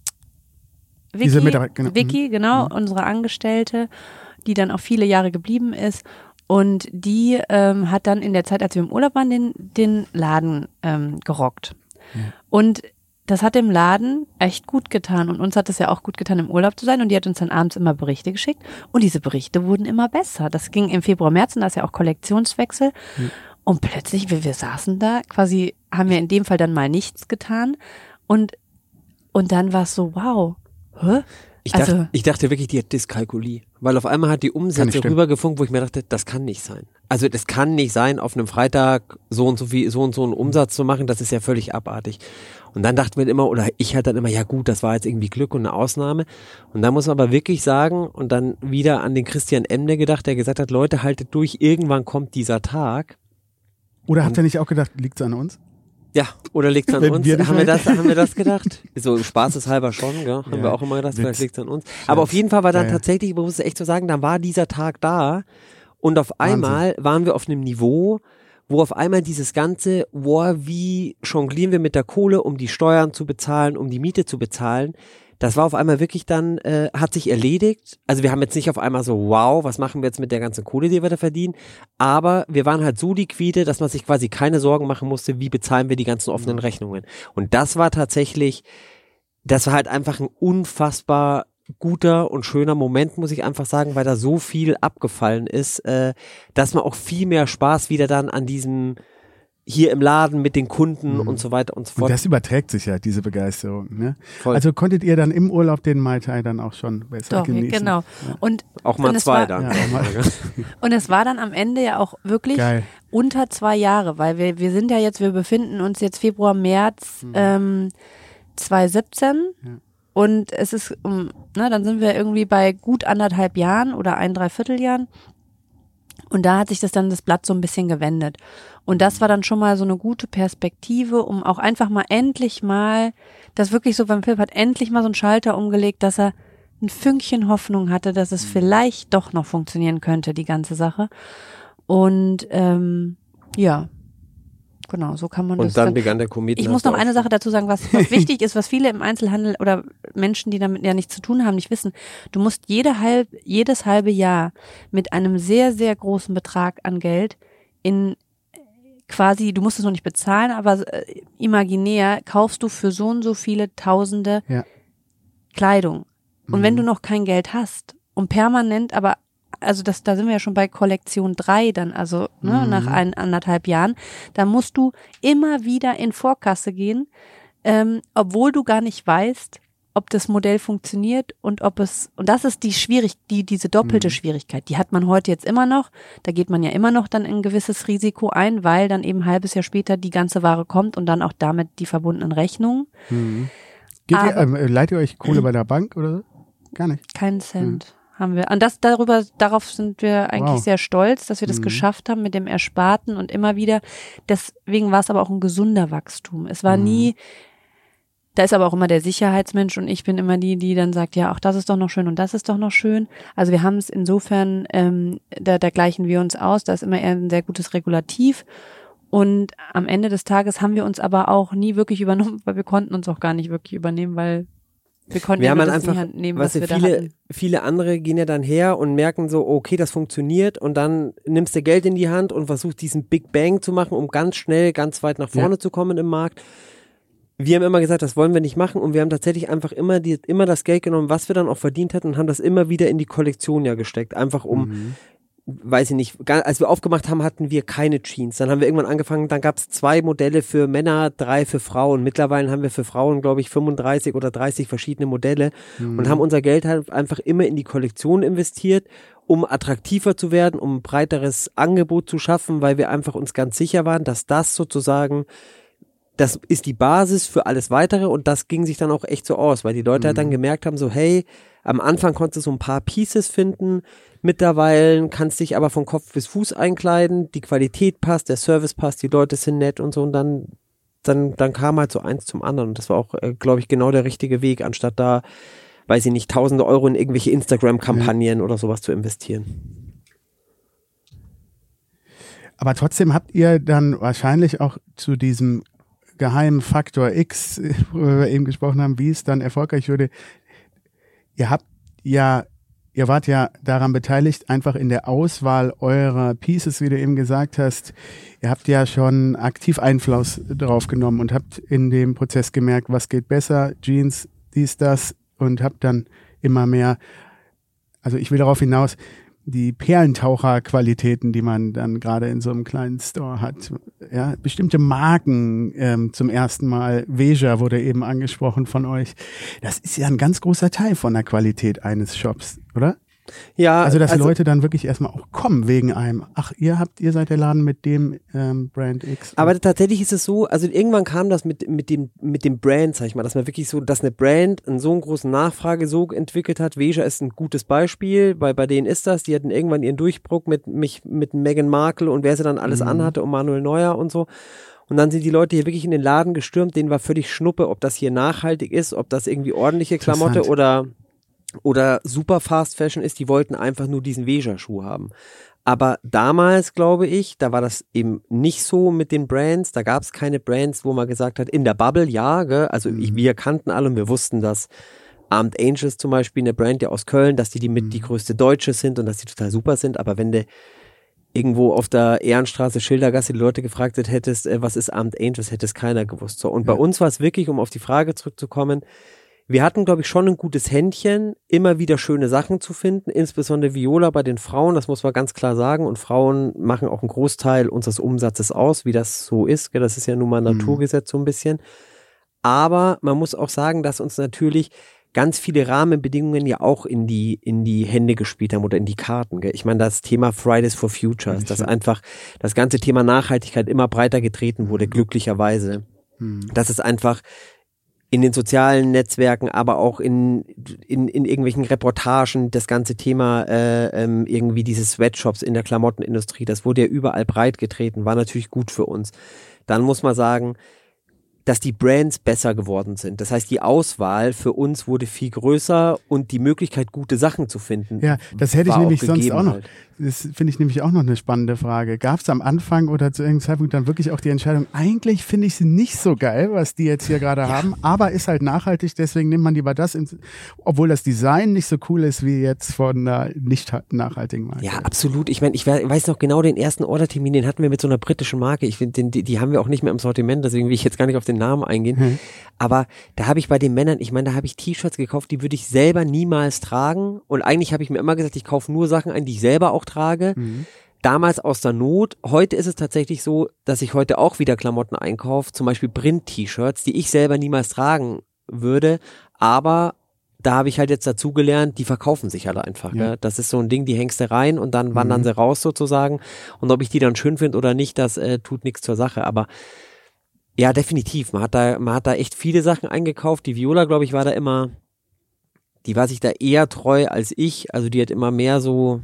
Vicky, Diese genau, Vicky, genau, mhm. unsere Angestellte, die dann auch viele Jahre geblieben ist. Und die ähm, hat dann in der Zeit, als wir im Urlaub waren, den, den Laden ähm, gerockt. Ja. Und das hat dem Laden echt gut getan und uns hat es ja auch gut getan, im Urlaub zu sein und die hat uns dann abends immer Berichte geschickt und diese Berichte wurden immer besser. Das ging im Februar, März und da ist ja auch Kollektionswechsel mhm. und plötzlich, wir, wir saßen da, quasi haben wir in dem Fall dann mal nichts getan und, und dann war es so, wow, hä? Ich dachte, also, ich dachte wirklich, die hat Dyskalkulie, weil auf einmal hat die Umsätze rübergefunkt, wo ich mir dachte, das kann nicht sein. Also das kann nicht sein, auf einem Freitag so und so viel, so und so einen Umsatz zu machen, das ist ja völlig abartig. Und dann dachten wir immer, oder ich halt dann immer, ja gut, das war jetzt irgendwie Glück und eine Ausnahme. Und da muss man aber wirklich sagen, und dann wieder an den Christian Emne gedacht, der gesagt hat, Leute, haltet durch, irgendwann kommt dieser Tag. Oder habt ihr nicht auch gedacht, liegt's an uns? Ja, oder liegt's an uns? Wir haben wir das, haben wir das gedacht? So spaßeshalber schon, ja, haben ja, wir auch immer gedacht, vielleicht liegt's an uns. Aber auf jeden Fall war dann ja, ja. tatsächlich, man muss es echt so sagen, dann war dieser Tag da und auf einmal Wahnsinn. Waren wir auf einem Niveau, wo auf einmal dieses ganze, wow, wie jonglieren wir mit der Kohle, um die Steuern zu bezahlen, um die Miete zu bezahlen, das war auf einmal wirklich dann, äh, hat sich erledigt. Also wir haben jetzt nicht auf einmal so, wow, was machen wir jetzt mit der ganzen Kohle, die wir da verdienen, aber wir waren halt so liquide, dass man sich quasi keine Sorgen machen musste, wie bezahlen wir die ganzen offenen Rechnungen. Und das war tatsächlich, das war halt einfach ein unfassbar guter und schöner Moment, muss ich einfach sagen, weil da so viel abgefallen ist, äh, dass man auch viel mehr Spaß wieder dann an diesem hier im Laden mit den Kunden mhm. und so weiter und so fort. Und das überträgt sich ja, diese Begeisterung. Ne? Also konntet ihr dann im Urlaub den Mai Tai dann auch schon besser Doch, genießen? Genau. Ja. Und, auch mal und zwei war, dann. Ja, und es war dann am Ende ja auch wirklich Geil. unter zwei Jahre, weil wir, wir sind ja jetzt, wir befinden uns jetzt Februar, März mhm. ähm, zwanzig siebzehn ja. und es ist, um, ne, dann sind wir irgendwie bei gut anderthalb Jahren oder ein Dreivierteljahren. Und da hat sich das dann das Blatt so ein bisschen gewendet. Und das war dann schon mal so eine gute Perspektive, um auch einfach mal endlich mal, das wirklich so beim Philipp hat endlich mal so einen Schalter umgelegt, dass er ein Fünkchen Hoffnung hatte, dass es vielleicht doch noch funktionieren könnte, die ganze Sache. Und ähm, ja, genau, so kann man und das. Und dann begann der Commitment. Ich muss noch eine Sache dazu sagen, was, was wichtig ist, was viele im Einzelhandel oder Menschen, die damit ja nichts zu tun haben, nicht wissen. Du musst jede halb, jedes halbe Jahr mit einem sehr, sehr großen Betrag an Geld in quasi, du musst es noch nicht bezahlen, aber äh, imaginär kaufst du für so und so viele Tausende ja. Kleidung. Und mhm. wenn du noch kein Geld hast und permanent, aber also das, da sind wir ja schon bei Kollektion drei dann, also ne, mhm. nach ein, anderthalb Jahren, da musst du immer wieder in Vorkasse gehen, ähm, obwohl du gar nicht weißt, ob das Modell funktioniert und ob es, und das ist die schwierig, die, diese doppelte mhm. Schwierigkeit, die hat man heute jetzt immer noch, da geht man ja immer noch dann in ein gewisses Risiko ein, weil dann eben ein halbes Jahr später die ganze Ware kommt und dann auch damit die verbundenen Rechnungen. Mhm. Geht Aber, ihr, ähm, leiht ihr euch Kohle bei der Bank oder so? Gar nicht. Keinen Cent. Mhm. Haben wir. Und das darüber, darauf sind wir eigentlich wow. sehr stolz, dass wir das mhm. geschafft haben mit dem Ersparten und immer wieder. Deswegen war es aber auch ein gesunder Wachstum. Es war mhm. nie, da ist aber auch immer der Sicherheitsmensch und ich bin immer die, die dann sagt, ja, auch das ist doch noch schön und das ist doch noch schön. Also wir haben es insofern, ähm, da, da gleichen wir uns aus, da ist immer eher ein sehr gutes Regulativ. Und am Ende des Tages haben wir uns aber auch nie wirklich übernommen, weil wir konnten uns auch gar nicht wirklich übernehmen, weil Wir konnten wir ja haben nur halt das einfach, in die Hand nehmen, was was wir viele, da hatten. viele andere gehen ja dann her und merken so, okay, das funktioniert und dann nimmst du Geld in die Hand und versuchst diesen Big Bang zu machen, um ganz schnell, ganz weit nach vorne ja. zu kommen im Markt. Wir haben immer gesagt, das wollen wir nicht machen und wir haben tatsächlich einfach immer die, immer das Geld genommen, was wir dann auch verdient hatten und haben das immer wieder in die Kollektion ja gesteckt, einfach um, mhm. weiß ich nicht, als wir aufgemacht haben, hatten wir keine Jeans, dann haben wir irgendwann angefangen, dann gab es zwei Modelle für Männer, drei für Frauen, mittlerweile haben wir für Frauen, glaube ich, fünfunddreißig oder dreißig verschiedene Modelle mhm. und haben unser Geld halt einfach immer in die Kollektion investiert, um attraktiver zu werden, um ein breiteres Angebot zu schaffen, weil wir einfach uns ganz sicher waren, dass das sozusagen das ist die Basis für alles Weitere und das ging sich dann auch echt so aus, weil die Leute mhm. halt dann gemerkt haben, so hey, am Anfang konntest du so ein paar Pieces finden, mittlerweile kannst dich aber von Kopf bis Fuß einkleiden, die Qualität passt, der Service passt, die Leute sind nett und so und dann, dann, dann kam halt so eins zum anderen und das war auch, äh, glaube ich, genau der richtige Weg, anstatt da, weiß ich nicht, tausende Euro in irgendwelche Instagram-Kampagnen ja. oder sowas zu investieren. Aber trotzdem habt ihr dann wahrscheinlich auch zu diesem geheimen Faktor X, worüber wir eben gesprochen haben, wie es dann erfolgreich würde. Ihr habt ja, ihr wart ja daran beteiligt, einfach in der Auswahl eurer Pieces, wie du eben gesagt hast. Ihr habt ja schon aktiv Einfluss drauf genommen und habt in dem Prozess gemerkt, was geht besser, Jeans, dies, das und habt dann immer mehr, also ich will darauf hinaus, die Perlentaucher-Qualitäten, die man dann gerade in so einem kleinen Store hat. Ja, bestimmte Marken ähm, zum ersten Mal. Veja wurde eben angesprochen von euch. Das ist ja ein ganz großer Teil von der Qualität eines Shops, oder? Ja. Also, dass also, Leute dann wirklich erstmal auch kommen wegen einem. Ach, ihr habt, ihr seid der Laden mit dem ähm, Brand X. Aber tatsächlich ist es so, also irgendwann kam das mit, mit dem, mit dem Brand, sag ich mal, dass man wirklich so, dass eine Brand einen so einen großen Nachfragesog entwickelt hat. Veja ist ein gutes Beispiel, weil bei denen ist das, die hatten irgendwann ihren Durchbruch mit, mich, mit Meghan Markle und wer sie dann alles mhm. anhatte und Manuel Neuer und so. Und dann sind die Leute hier wirklich in den Laden gestürmt, denen war völlig Schnuppe, ob das hier nachhaltig ist, ob das irgendwie ordentliche Klamotte oder oder super Fast Fashion ist, die wollten einfach nur diesen Veja-Schuh haben. Aber damals, glaube ich, da war das eben nicht so mit den Brands, da gab es keine Brands, wo man gesagt hat, in der Bubble, ja, gell? Also mhm. ich, wir kannten alle und wir wussten, dass Armed Angels zum Beispiel, eine Brand ja aus Köln, dass die, die mit mhm. die größte Deutsche sind und dass die total super sind, aber wenn du irgendwo auf der Ehrenstraße, Schildergasse die Leute gefragt hättest, äh, was ist Armed Angels, hätte es keiner gewusst. So. Und ja. bei uns war es wirklich, um auf die Frage zurückzukommen, wir hatten, glaube ich, schon ein gutes Händchen, immer wieder schöne Sachen zu finden, insbesondere Viola bei den Frauen, das muss man ganz klar sagen. Und Frauen machen auch einen Großteil unseres Umsatzes aus, wie das so ist. Das ist ja nun mal ein Naturgesetz so ein bisschen. Aber man muss auch sagen, dass uns natürlich ganz viele Rahmenbedingungen ja auch in die in die Hände gespielt haben oder in die Karten. Gell? Ich meine, das Thema Fridays for Futures, dass einfach das ganze Thema Nachhaltigkeit immer breiter getreten wurde, glücklicherweise. Mhm. Das ist einfach in den sozialen Netzwerken, aber auch in, in, in irgendwelchen Reportagen, das ganze Thema äh, ähm, irgendwie diese Sweatshops in der Klamottenindustrie, das wurde ja überall breit getreten, war natürlich gut für uns. Dann muss man sagen, dass die Brands besser geworden sind. Das heißt, die Auswahl für uns wurde viel größer und die Möglichkeit, gute Sachen zu finden. Ja, das hätte ich nämlich auch sonst auch noch. Halt. Das finde ich nämlich auch noch eine spannende Frage. Gab es am Anfang oder zu irgendeinem Zeitpunkt dann wirklich auch die Entscheidung, eigentlich finde ich sie nicht so geil, was die jetzt hier gerade ja. haben, aber ist halt nachhaltig, deswegen nimmt man lieber das, ins, obwohl das Design nicht so cool ist wie jetzt von einer nicht nachhaltigen Marke. Ja, absolut. Ich meine, ich weiß noch genau den ersten Ordertermin, den hatten wir mit so einer britischen Marke. Ich finde, die, die haben wir auch nicht mehr im Sortiment, deswegen will ich jetzt gar nicht auf den Namen eingehen. Hm. Aber da habe ich bei den Männern, ich meine, da habe ich T-Shirts gekauft, die würde ich selber niemals tragen. Und eigentlich habe ich mir immer gesagt, ich kaufe nur Sachen ein, die ich selber auch trage. Mhm. Damals aus der Not. Heute ist es tatsächlich so, dass ich heute auch wieder Klamotten einkaufe, zum Beispiel Print-T-Shirts, die ich selber niemals tragen würde. Aber da habe ich halt jetzt dazugelernt, die verkaufen sich halt einfach. Ja. Gell? Das ist so ein Ding, die hängst du rein und dann wandern mhm. sie raus sozusagen. Und ob ich die dann schön finde oder nicht, das äh, tut nichts zur Sache. Aber ja, definitiv. Man hat da, man hat da echt viele Sachen eingekauft. Die Viola, glaube ich, war da immer, die war sich da eher treu als ich. Also die hat immer mehr so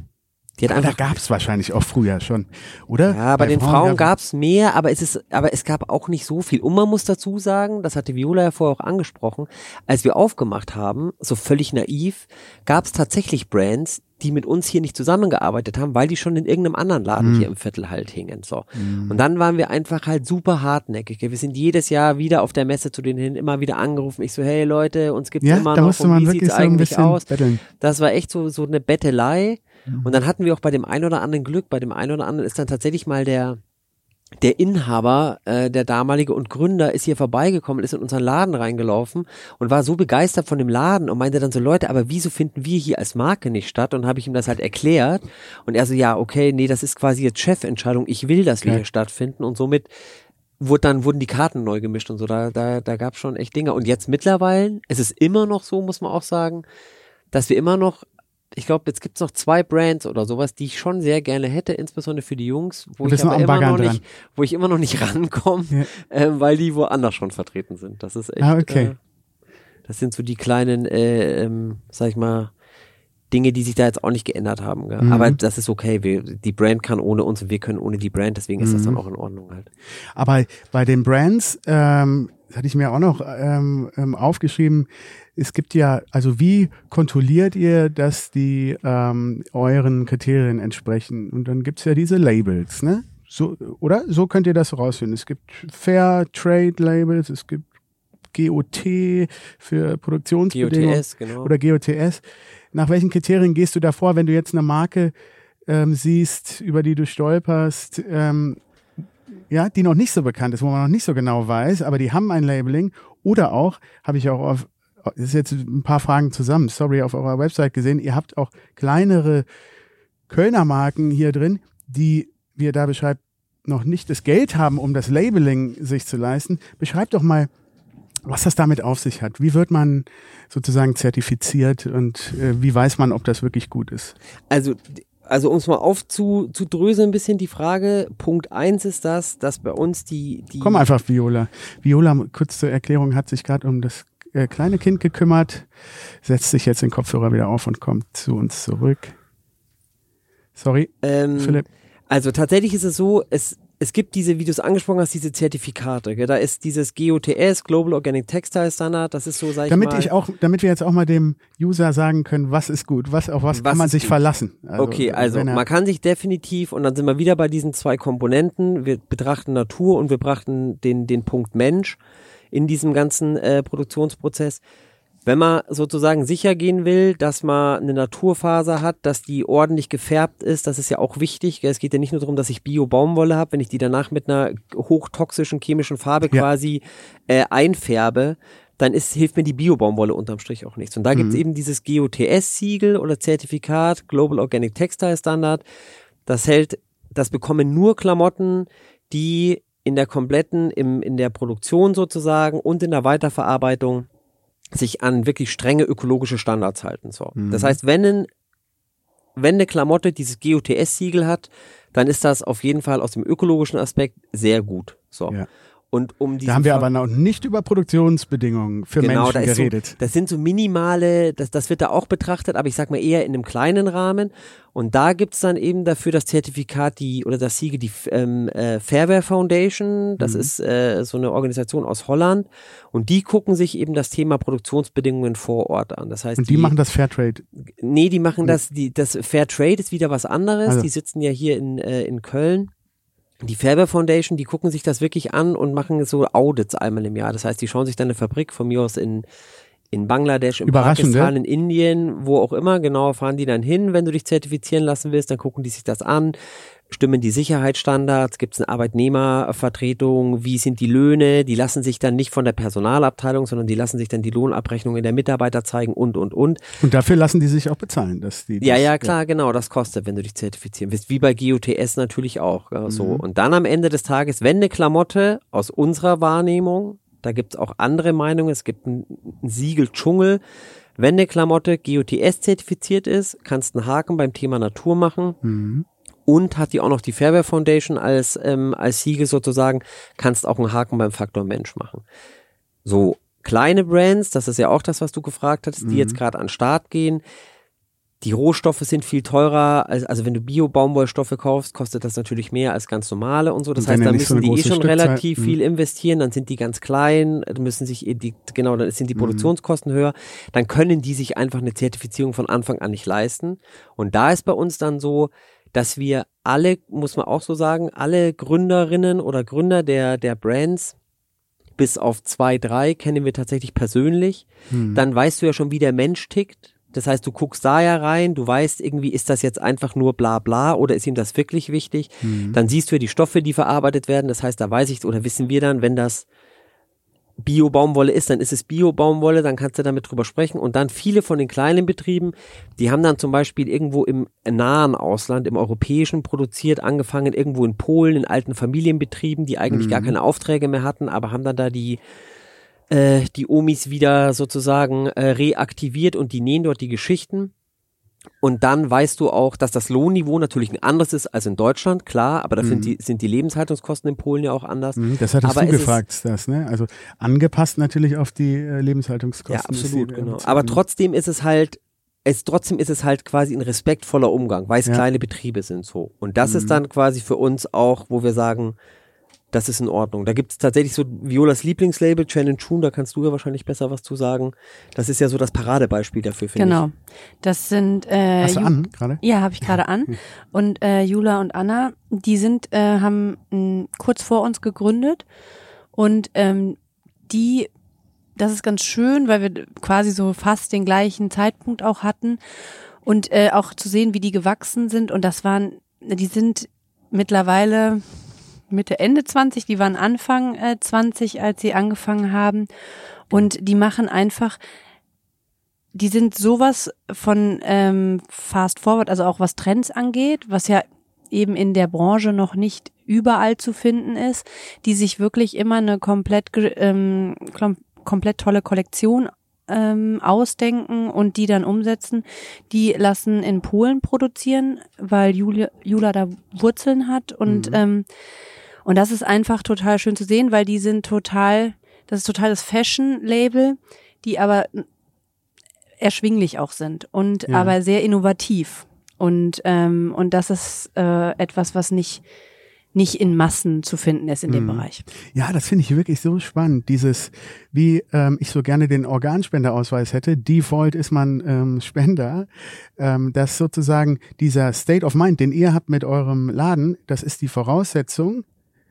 Die hat aber einfach, da gab es wahrscheinlich auch früher schon, oder? Ja, bei, bei den Frauen gab es mehr, aber es ist, aber es gab auch nicht so viel. Und man muss dazu sagen, das hatte Viola ja vorher auch angesprochen, als wir aufgemacht haben, so völlig naiv, gab es tatsächlich Brands, die mit uns hier nicht zusammengearbeitet haben, weil die schon in irgendeinem anderen Laden mm. hier im Viertel halt hingen. So. Mm. Und dann waren wir einfach halt super hartnäckig. Wir sind jedes Jahr wieder auf der Messe zu denen hin, immer wieder angerufen. Ich so, hey Leute, uns gibt's ja, immer da noch, musste und man wie wirklich sieht's so ein eigentlich bisschen aus? betteln. Das war echt so, so eine Bettelei. Mm. Und dann hatten wir auch bei dem einen oder anderen Glück, bei dem einen oder anderen ist dann tatsächlich mal der Der Inhaber, äh, der damalige und Gründer, ist hier vorbeigekommen, ist in unseren Laden reingelaufen und war so begeistert von dem Laden und meinte dann so, Leute, aber wieso finden wir hier als Marke nicht statt? Und habe ich ihm das halt erklärt und er so, ja, okay, nee, das ist quasi jetzt Chefentscheidung, ich will, dass wir okay. hier stattfinden und somit wurde dann, wurden die Karten neu gemischt und so, da, da, da gab es schon echt Dinge. Und jetzt mittlerweile, es ist immer noch so, muss man auch sagen, dass wir immer noch, ich glaube, jetzt gibt's noch zwei Brands oder sowas, die ich schon sehr gerne hätte, insbesondere für die Jungs, wo ich aber immer noch nicht, wo ich immer noch nicht rankomme, ja. äh, weil die woanders schon vertreten sind. Das ist echt, ah, okay. äh, das sind so die kleinen, äh, ähm, sag ich mal, Dinge, die sich da jetzt auch nicht geändert haben. Gell? Mhm. Aber das ist okay. Wir, die Brand kann ohne uns und wir können ohne die Brand, deswegen ist mhm. das dann auch in Ordnung halt. Aber bei den Brands, ähm, das hatte ich mir auch noch ähm, ähm, aufgeschrieben, es gibt ja, also wie kontrolliert ihr, dass die ähm, euren Kriterien entsprechen? Und dann gibt's ja diese Labels, ne? So, oder? So könnt ihr das rausfinden. Es gibt Fair Trade Labels, es gibt G O T für Produktionsbedingungen. G O T S, genau. Oder G O T S. Nach welchen Kriterien gehst du da vor, wenn du jetzt eine Marke ähm, siehst, über die du stolperst, ähm, ja, die noch nicht so bekannt ist, wo man noch nicht so genau weiß, aber die haben ein Labeling. Oder auch, habe ich auch auf, das ist jetzt ein paar Fragen zusammen, sorry, auf eurer Website gesehen, ihr habt auch kleinere Kölner Marken hier drin, die, wie ihr da beschreibt, noch nicht das Geld haben, um das Labeling sich zu leisten. Beschreibt doch mal, was das damit auf sich hat. Wie wird man sozusagen zertifiziert und äh, wie weiß man, ob das wirklich gut ist? Also Also um es mal aufzudröseln ein bisschen die Frage, Punkt eins ist das, dass bei uns die... die Komm einfach, Viola. Viola, kurz zur Erklärung, hat sich gerade um das äh, kleine Kind gekümmert, setzt sich jetzt den Kopfhörer wieder auf und kommt zu uns zurück. Sorry, ähm, Philipp. Also tatsächlich ist es so, es, es gibt diese, wie du es angesprochen hast, diese Zertifikate. Gell? Da ist dieses G O T S, Global Organic Textile Standard, das ist so, sag ich damit mal. Ich auch, damit wir jetzt auch mal dem User sagen können, was ist gut, was, auf was, was kann man sich gut? verlassen. Also, okay, also man kann sich definitiv, und dann sind wir wieder bei diesen zwei Komponenten, wir betrachten Natur und wir betrachten den, den Punkt Mensch in diesem ganzen äh, Produktionsprozess. Wenn man sozusagen sicher gehen will, dass man eine Naturfaser hat, dass die ordentlich gefärbt ist, das ist ja auch wichtig. Es geht ja nicht nur darum, dass ich Bio-Baumwolle habe, wenn ich die danach mit einer hochtoxischen chemischen Farbe ja. quasi äh, einfärbe, dann ist, hilft mir die Bio-Baumwolle unterm Strich auch nichts. Und da mhm. gibt es eben dieses G O T S-Siegel oder Zertifikat, Global Organic Textile Standard. Das hält, das bekommen nur Klamotten, die in der kompletten, im, in der Produktion sozusagen und in der Weiterverarbeitung sich an wirklich strenge ökologische Standards halten. So. Mhm. Das heißt, wenn, ein, wenn eine Klamotte dieses G O T S-Siegel hat, dann ist das auf jeden Fall aus dem ökologischen Aspekt sehr gut. So. Ja. Und um da haben wir aber noch nicht über Produktionsbedingungen für genau, Menschen da ist geredet. So, das sind so minimale, das, das wird da auch betrachtet, aber ich sag mal eher in einem kleinen Rahmen. Und da gibt's dann eben dafür das Zertifikat, die oder das Siegel, die ähm, äh, Fairwear Foundation. Das mhm. ist äh, so eine Organisation aus Holland. Und die gucken sich eben das Thema Produktionsbedingungen vor Ort an. Das heißt, und die, die machen das Fairtrade? Nee, die machen das, die, das Fairtrade ist wieder was anderes. Also. Die sitzen ja hier in, äh, in Köln. Die Fairwear Foundation, die gucken sich das wirklich an und machen so Audits einmal im Jahr. Das heißt, die schauen sich dann eine Fabrik von mir aus in, in Bangladesch, in Pakistan, in Indien, wo auch immer, genau, fahren die dann hin, wenn du dich zertifizieren lassen willst, dann gucken die sich das an, stimmen die Sicherheitsstandards, gibt es eine Arbeitnehmervertretung, wie sind die Löhne, die lassen sich dann nicht von der Personalabteilung, sondern die lassen sich dann die Lohnabrechnungen der Mitarbeiter zeigen und, und, und. Und dafür lassen die sich auch bezahlen, dass die... Das, ja, ja, klar, ja. genau, das kostet, wenn du dich zertifizieren willst, wie bei G O T S natürlich auch. Ja, so. Mhm. Und dann am Ende des Tages, wenn eine Klamotte aus unserer Wahrnehmung, da gibt es auch andere Meinungen, es gibt ein, ein Siegel Dschungel, wenn eine Klamotte G O T S zertifiziert ist, kannst du einen Haken beim Thema Natur machen. Mhm. Und hat die auch noch die Fairwear Foundation als, ähm, als Siegel sozusagen, kannst auch einen Haken beim Faktor Mensch machen. So kleine Brands, das ist ja auch das, was du gefragt hast, die mhm. jetzt gerade an den Start gehen, Die Rohstoffe sind viel teurer, als, also wenn du Bio-Baumwollstoffe kaufst, kostet das natürlich mehr als ganz normale und so. Das und heißt, da müssen so die eh schon Stückzahl. relativ mhm. viel investieren, dann sind die ganz klein, müssen sich die, genau, dann sind die Produktionskosten mhm. höher, dann können die sich einfach eine Zertifizierung von Anfang an nicht leisten. Und da ist bei uns dann so, dass wir alle, muss man auch so sagen, alle Gründerinnen oder Gründer der, der Brands, bis auf zwei, drei kennen wir tatsächlich persönlich. Mhm. Dann weißt du ja schon, wie der Mensch tickt. Das heißt, du guckst da ja rein, du weißt irgendwie, ist das jetzt einfach nur bla bla oder ist ihm das wirklich wichtig? Mhm. Dann siehst du ja die Stoffe, die verarbeitet werden. Das heißt, da weiß ich oder wissen wir dann, wenn das Bio-Baumwolle ist, dann ist es Bio-Baumwolle, dann kannst du damit drüber sprechen. Und dann viele von den kleinen Betrieben, die haben dann zum Beispiel irgendwo im nahen Ausland, im europäischen produziert, angefangen irgendwo in Polen, in alten Familienbetrieben, die eigentlich mhm. gar keine Aufträge mehr hatten, aber haben dann da die die Omis wieder sozusagen äh, reaktiviert und die nähen dort die Geschichten. Und dann weißt du auch, dass das Lohnniveau natürlich ein anderes ist als in Deutschland, klar, aber da mhm. sind, die, sind die Lebenshaltungskosten in Polen ja auch anders. Mhm, das hattest aber du gefragt, das, ne? Also angepasst natürlich auf die äh, Lebenshaltungskosten. Ja, absolut, die, genau. Aber trotzdem ist es halt, es, trotzdem ist es halt quasi ein respektvoller Umgang, weil es ja. kleine Betriebe sind so. Und das mhm. ist dann quasi für uns auch, wo wir sagen, das ist in Ordnung. Da gibt es tatsächlich so Violas Lieblingslabel, Chen Chun, da kannst du ja wahrscheinlich besser was zu sagen. Das ist ja so das Paradebeispiel dafür, finde genau. ich. Genau. Das sind äh, Hast du an gerade? Ja, habe ich gerade an. Und äh, Jula und Anna, die sind, äh, haben mh, kurz vor uns gegründet und ähm, die, das ist ganz schön, weil wir quasi so fast den gleichen Zeitpunkt auch hatten und äh, auch zu sehen, wie die gewachsen sind und das waren, die sind mittlerweile Mitte, Ende zwanzig, die waren Anfang äh, zwanzig, als sie angefangen haben und die machen einfach, die sind sowas von ähm, fast forward, also auch was Trends angeht, was ja eben in der Branche noch nicht überall zu finden ist, die sich wirklich immer eine komplett ähm, komplett tolle Kollektion ähm, ausdenken und die dann umsetzen. Die lassen in Polen produzieren, weil Jula, Jula da Wurzeln hat und mhm. ähm, Und das ist einfach total schön zu sehen, weil die sind total, das ist total das Fashion-Label, die aber erschwinglich auch sind und ja. aber sehr innovativ. Und ähm, und das ist äh, etwas, was nicht nicht in Massen zu finden ist in dem mhm. Bereich. Ja, das finde ich wirklich so spannend. Dieses, wie ähm, ich so gerne den Organspenderausweis hätte, Default ist man ähm, Spender, ähm, dass sozusagen dieser State of Mind, den ihr habt mit eurem Laden, das ist die Voraussetzung,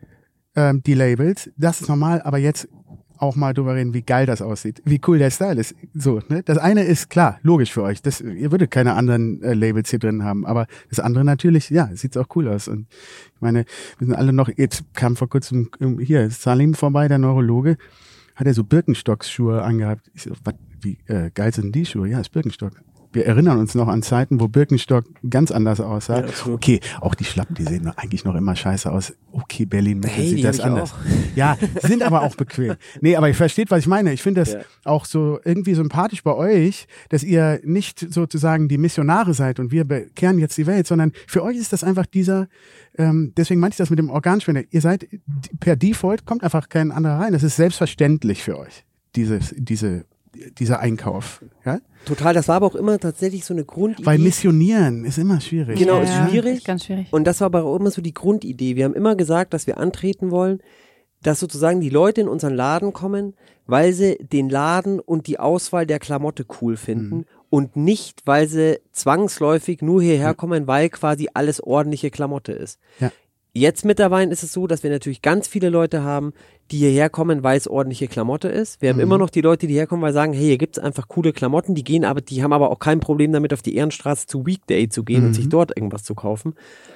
ähm, die Labels, das ist normal, aber jetzt auch mal drüber reden, wie geil das aussieht, wie cool der Style ist. So, ne? Das eine ist klar, logisch für euch. Das, ihr würdet keine anderen äh, Labels hier drin haben, aber das andere natürlich, ja, sieht auch cool aus. Und ich meine, wir sind alle noch, jetzt kam vor kurzem hier Salim vorbei, der Neurologe, hat er so Birkenstocks-Schuhe angehabt. Ich so, was, wie äh, geil sind die Schuhe? Ja, ist Birkenstock. Wir erinnern uns noch an Zeiten, wo Birkenstock ganz anders aussah. Ja, okay, auch die Schlappen, die sehen eigentlich noch immer scheiße aus. Okay, Berlin hey, sieht das anders. Auch. Ja, sind aber auch bequem. Nee, aber ihr versteht, was ich meine. Ich finde das ja. auch so irgendwie sympathisch bei euch, dass ihr nicht sozusagen die Missionare seid und wir bekehren jetzt die Welt, sondern für euch ist das einfach dieser, ähm, deswegen meinte ich das mit dem Organspender. Ihr seid per Default, kommt einfach kein anderer rein. Das ist selbstverständlich für euch, dieses, diese dieser Einkauf, ja? Total, das war aber auch immer tatsächlich so eine Grundidee. Weil missionieren ist immer schwierig. Genau, ja, ist schwierig. Ist ganz schwierig. Und das war aber auch immer so die Grundidee. Wir haben immer gesagt, dass wir antreten wollen, dass sozusagen die Leute in unseren Laden kommen, weil sie den Laden und die Auswahl der Klamotte cool finden mhm. und nicht, weil sie zwangsläufig nur hierher kommen, weil quasi alles ordentliche Klamotte ist. Ja. Jetzt mittlerweile ist es so, dass wir natürlich ganz viele Leute haben, die hierher kommen, weil es ordentliche Klamotte ist. Wir haben mhm. immer noch die Leute, die herkommen, weil sie sagen, hey, hier gibt's einfach coole Klamotten, die gehen, aber die haben aber auch kein Problem damit, auf die Ehrenstraße zu Weekday zu gehen mhm. und sich dort irgendwas zu kaufen.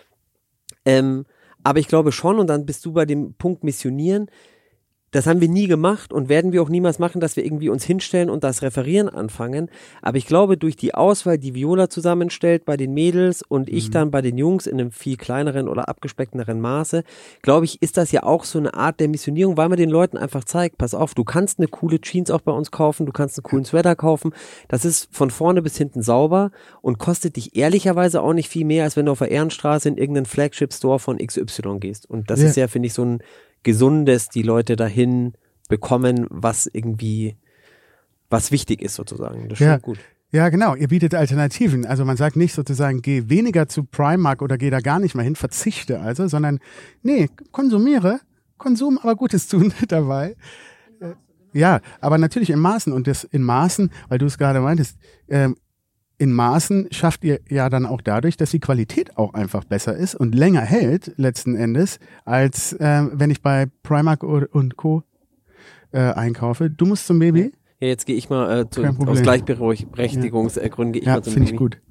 Ähm, aber ich glaube schon, und dann bist du bei dem Punkt Missionieren, das haben wir nie gemacht und werden wir auch niemals machen, dass wir irgendwie uns hinstellen und das Referieren anfangen. Aber ich glaube, durch die Auswahl, die Viola zusammenstellt bei den Mädels und ich mhm. dann bei den Jungs in einem viel kleineren oder abgespeckteren Maße, glaube ich, ist das ja auch so eine Art der Missionierung, weil man den Leuten einfach zeigt, pass auf, du kannst eine coole Jeans auch bei uns kaufen, du kannst einen coolen Sweater kaufen. Das ist von vorne bis hinten sauber und kostet dich ehrlicherweise auch nicht viel mehr, als wenn du auf der Ehrenstraße in irgendeinen Flagship-Store von X Y gehst. Und das ja. ist ja, finde ich, so ein Gesundes, die Leute dahin bekommen, was irgendwie, was wichtig ist sozusagen. Das ist ja. schon gut. Ja, genau. Ihr bietet Alternativen. Also man sagt nicht sozusagen, geh weniger zu Primark oder geh da gar nicht mehr hin, verzichte also, sondern nee, konsumiere, Konsum, aber Gutes tun dabei. Ja, aber natürlich in Maßen und das in Maßen, weil du es gerade meintest, ähm, in Maßen schafft ihr ja dann auch dadurch, dass die Qualität auch einfach besser ist und länger hält letzten Endes, als ähm, wenn ich bei Primark und Co. Äh, einkaufe. Du musst zum Baby? Ja, jetzt gehe ich mal äh, zu, aus Gleichberechtigungsgründen gehe ich ja, mal zum find Baby. Ich gut.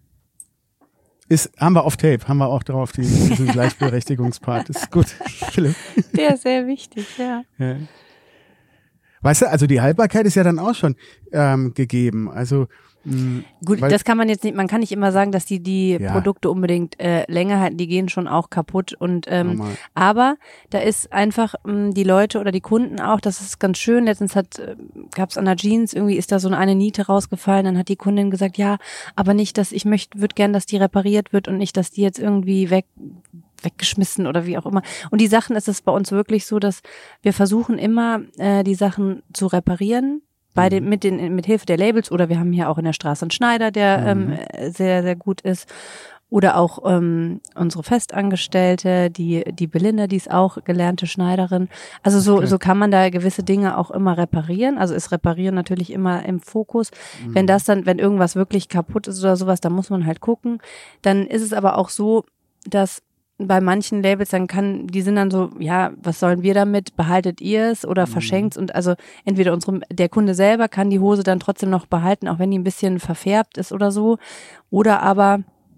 Ist, haben wir auf Tape, haben wir auch drauf, die, diesen Gleichberechtigungspart. Ist gut, Philipp. Der ist sehr wichtig, ja. ja. Weißt du, also die Haltbarkeit ist ja dann auch schon ähm, gegeben. Also mh, gut, das kann man jetzt nicht, man kann nicht immer sagen, dass die die ja. Produkte unbedingt äh, länger halten, die gehen schon auch kaputt und ähm, aber da ist einfach mh, die Leute oder die Kunden auch, das ist ganz schön, letztens hat äh, gab es an der Jeans, irgendwie ist da so eine Niete rausgefallen, dann hat die Kundin gesagt, ja, aber nicht, dass ich möchte, würde gern, dass die repariert wird und nicht, dass die jetzt irgendwie weg weggeschmissen oder wie auch immer. Und die Sachen ist es bei uns wirklich so, dass wir versuchen immer, äh, die Sachen zu reparieren, bei den, mit den, mit Hilfe der Labels, oder wir haben hier auch in der Straße einen Schneider, der mhm. ähm, sehr, sehr gut ist. Oder auch ähm, unsere Festangestellte, die, die Belinda, die ist auch gelernte Schneiderin. Also so, okay. so kann man da gewisse Dinge auch immer reparieren. Also ist Reparieren natürlich immer im Fokus. Mhm. Wenn das dann, wenn irgendwas wirklich kaputt ist oder sowas, dann muss man halt gucken. Dann ist es aber auch so, dass bei manchen Labels, dann kann, die sind dann so, ja, was sollen wir damit? Behaltet ihr es oder mhm. verschenkt? Und also entweder unsere, der Kunde selber kann die Hose dann trotzdem noch behalten, auch wenn die ein bisschen verfärbt ist oder so. Oder aber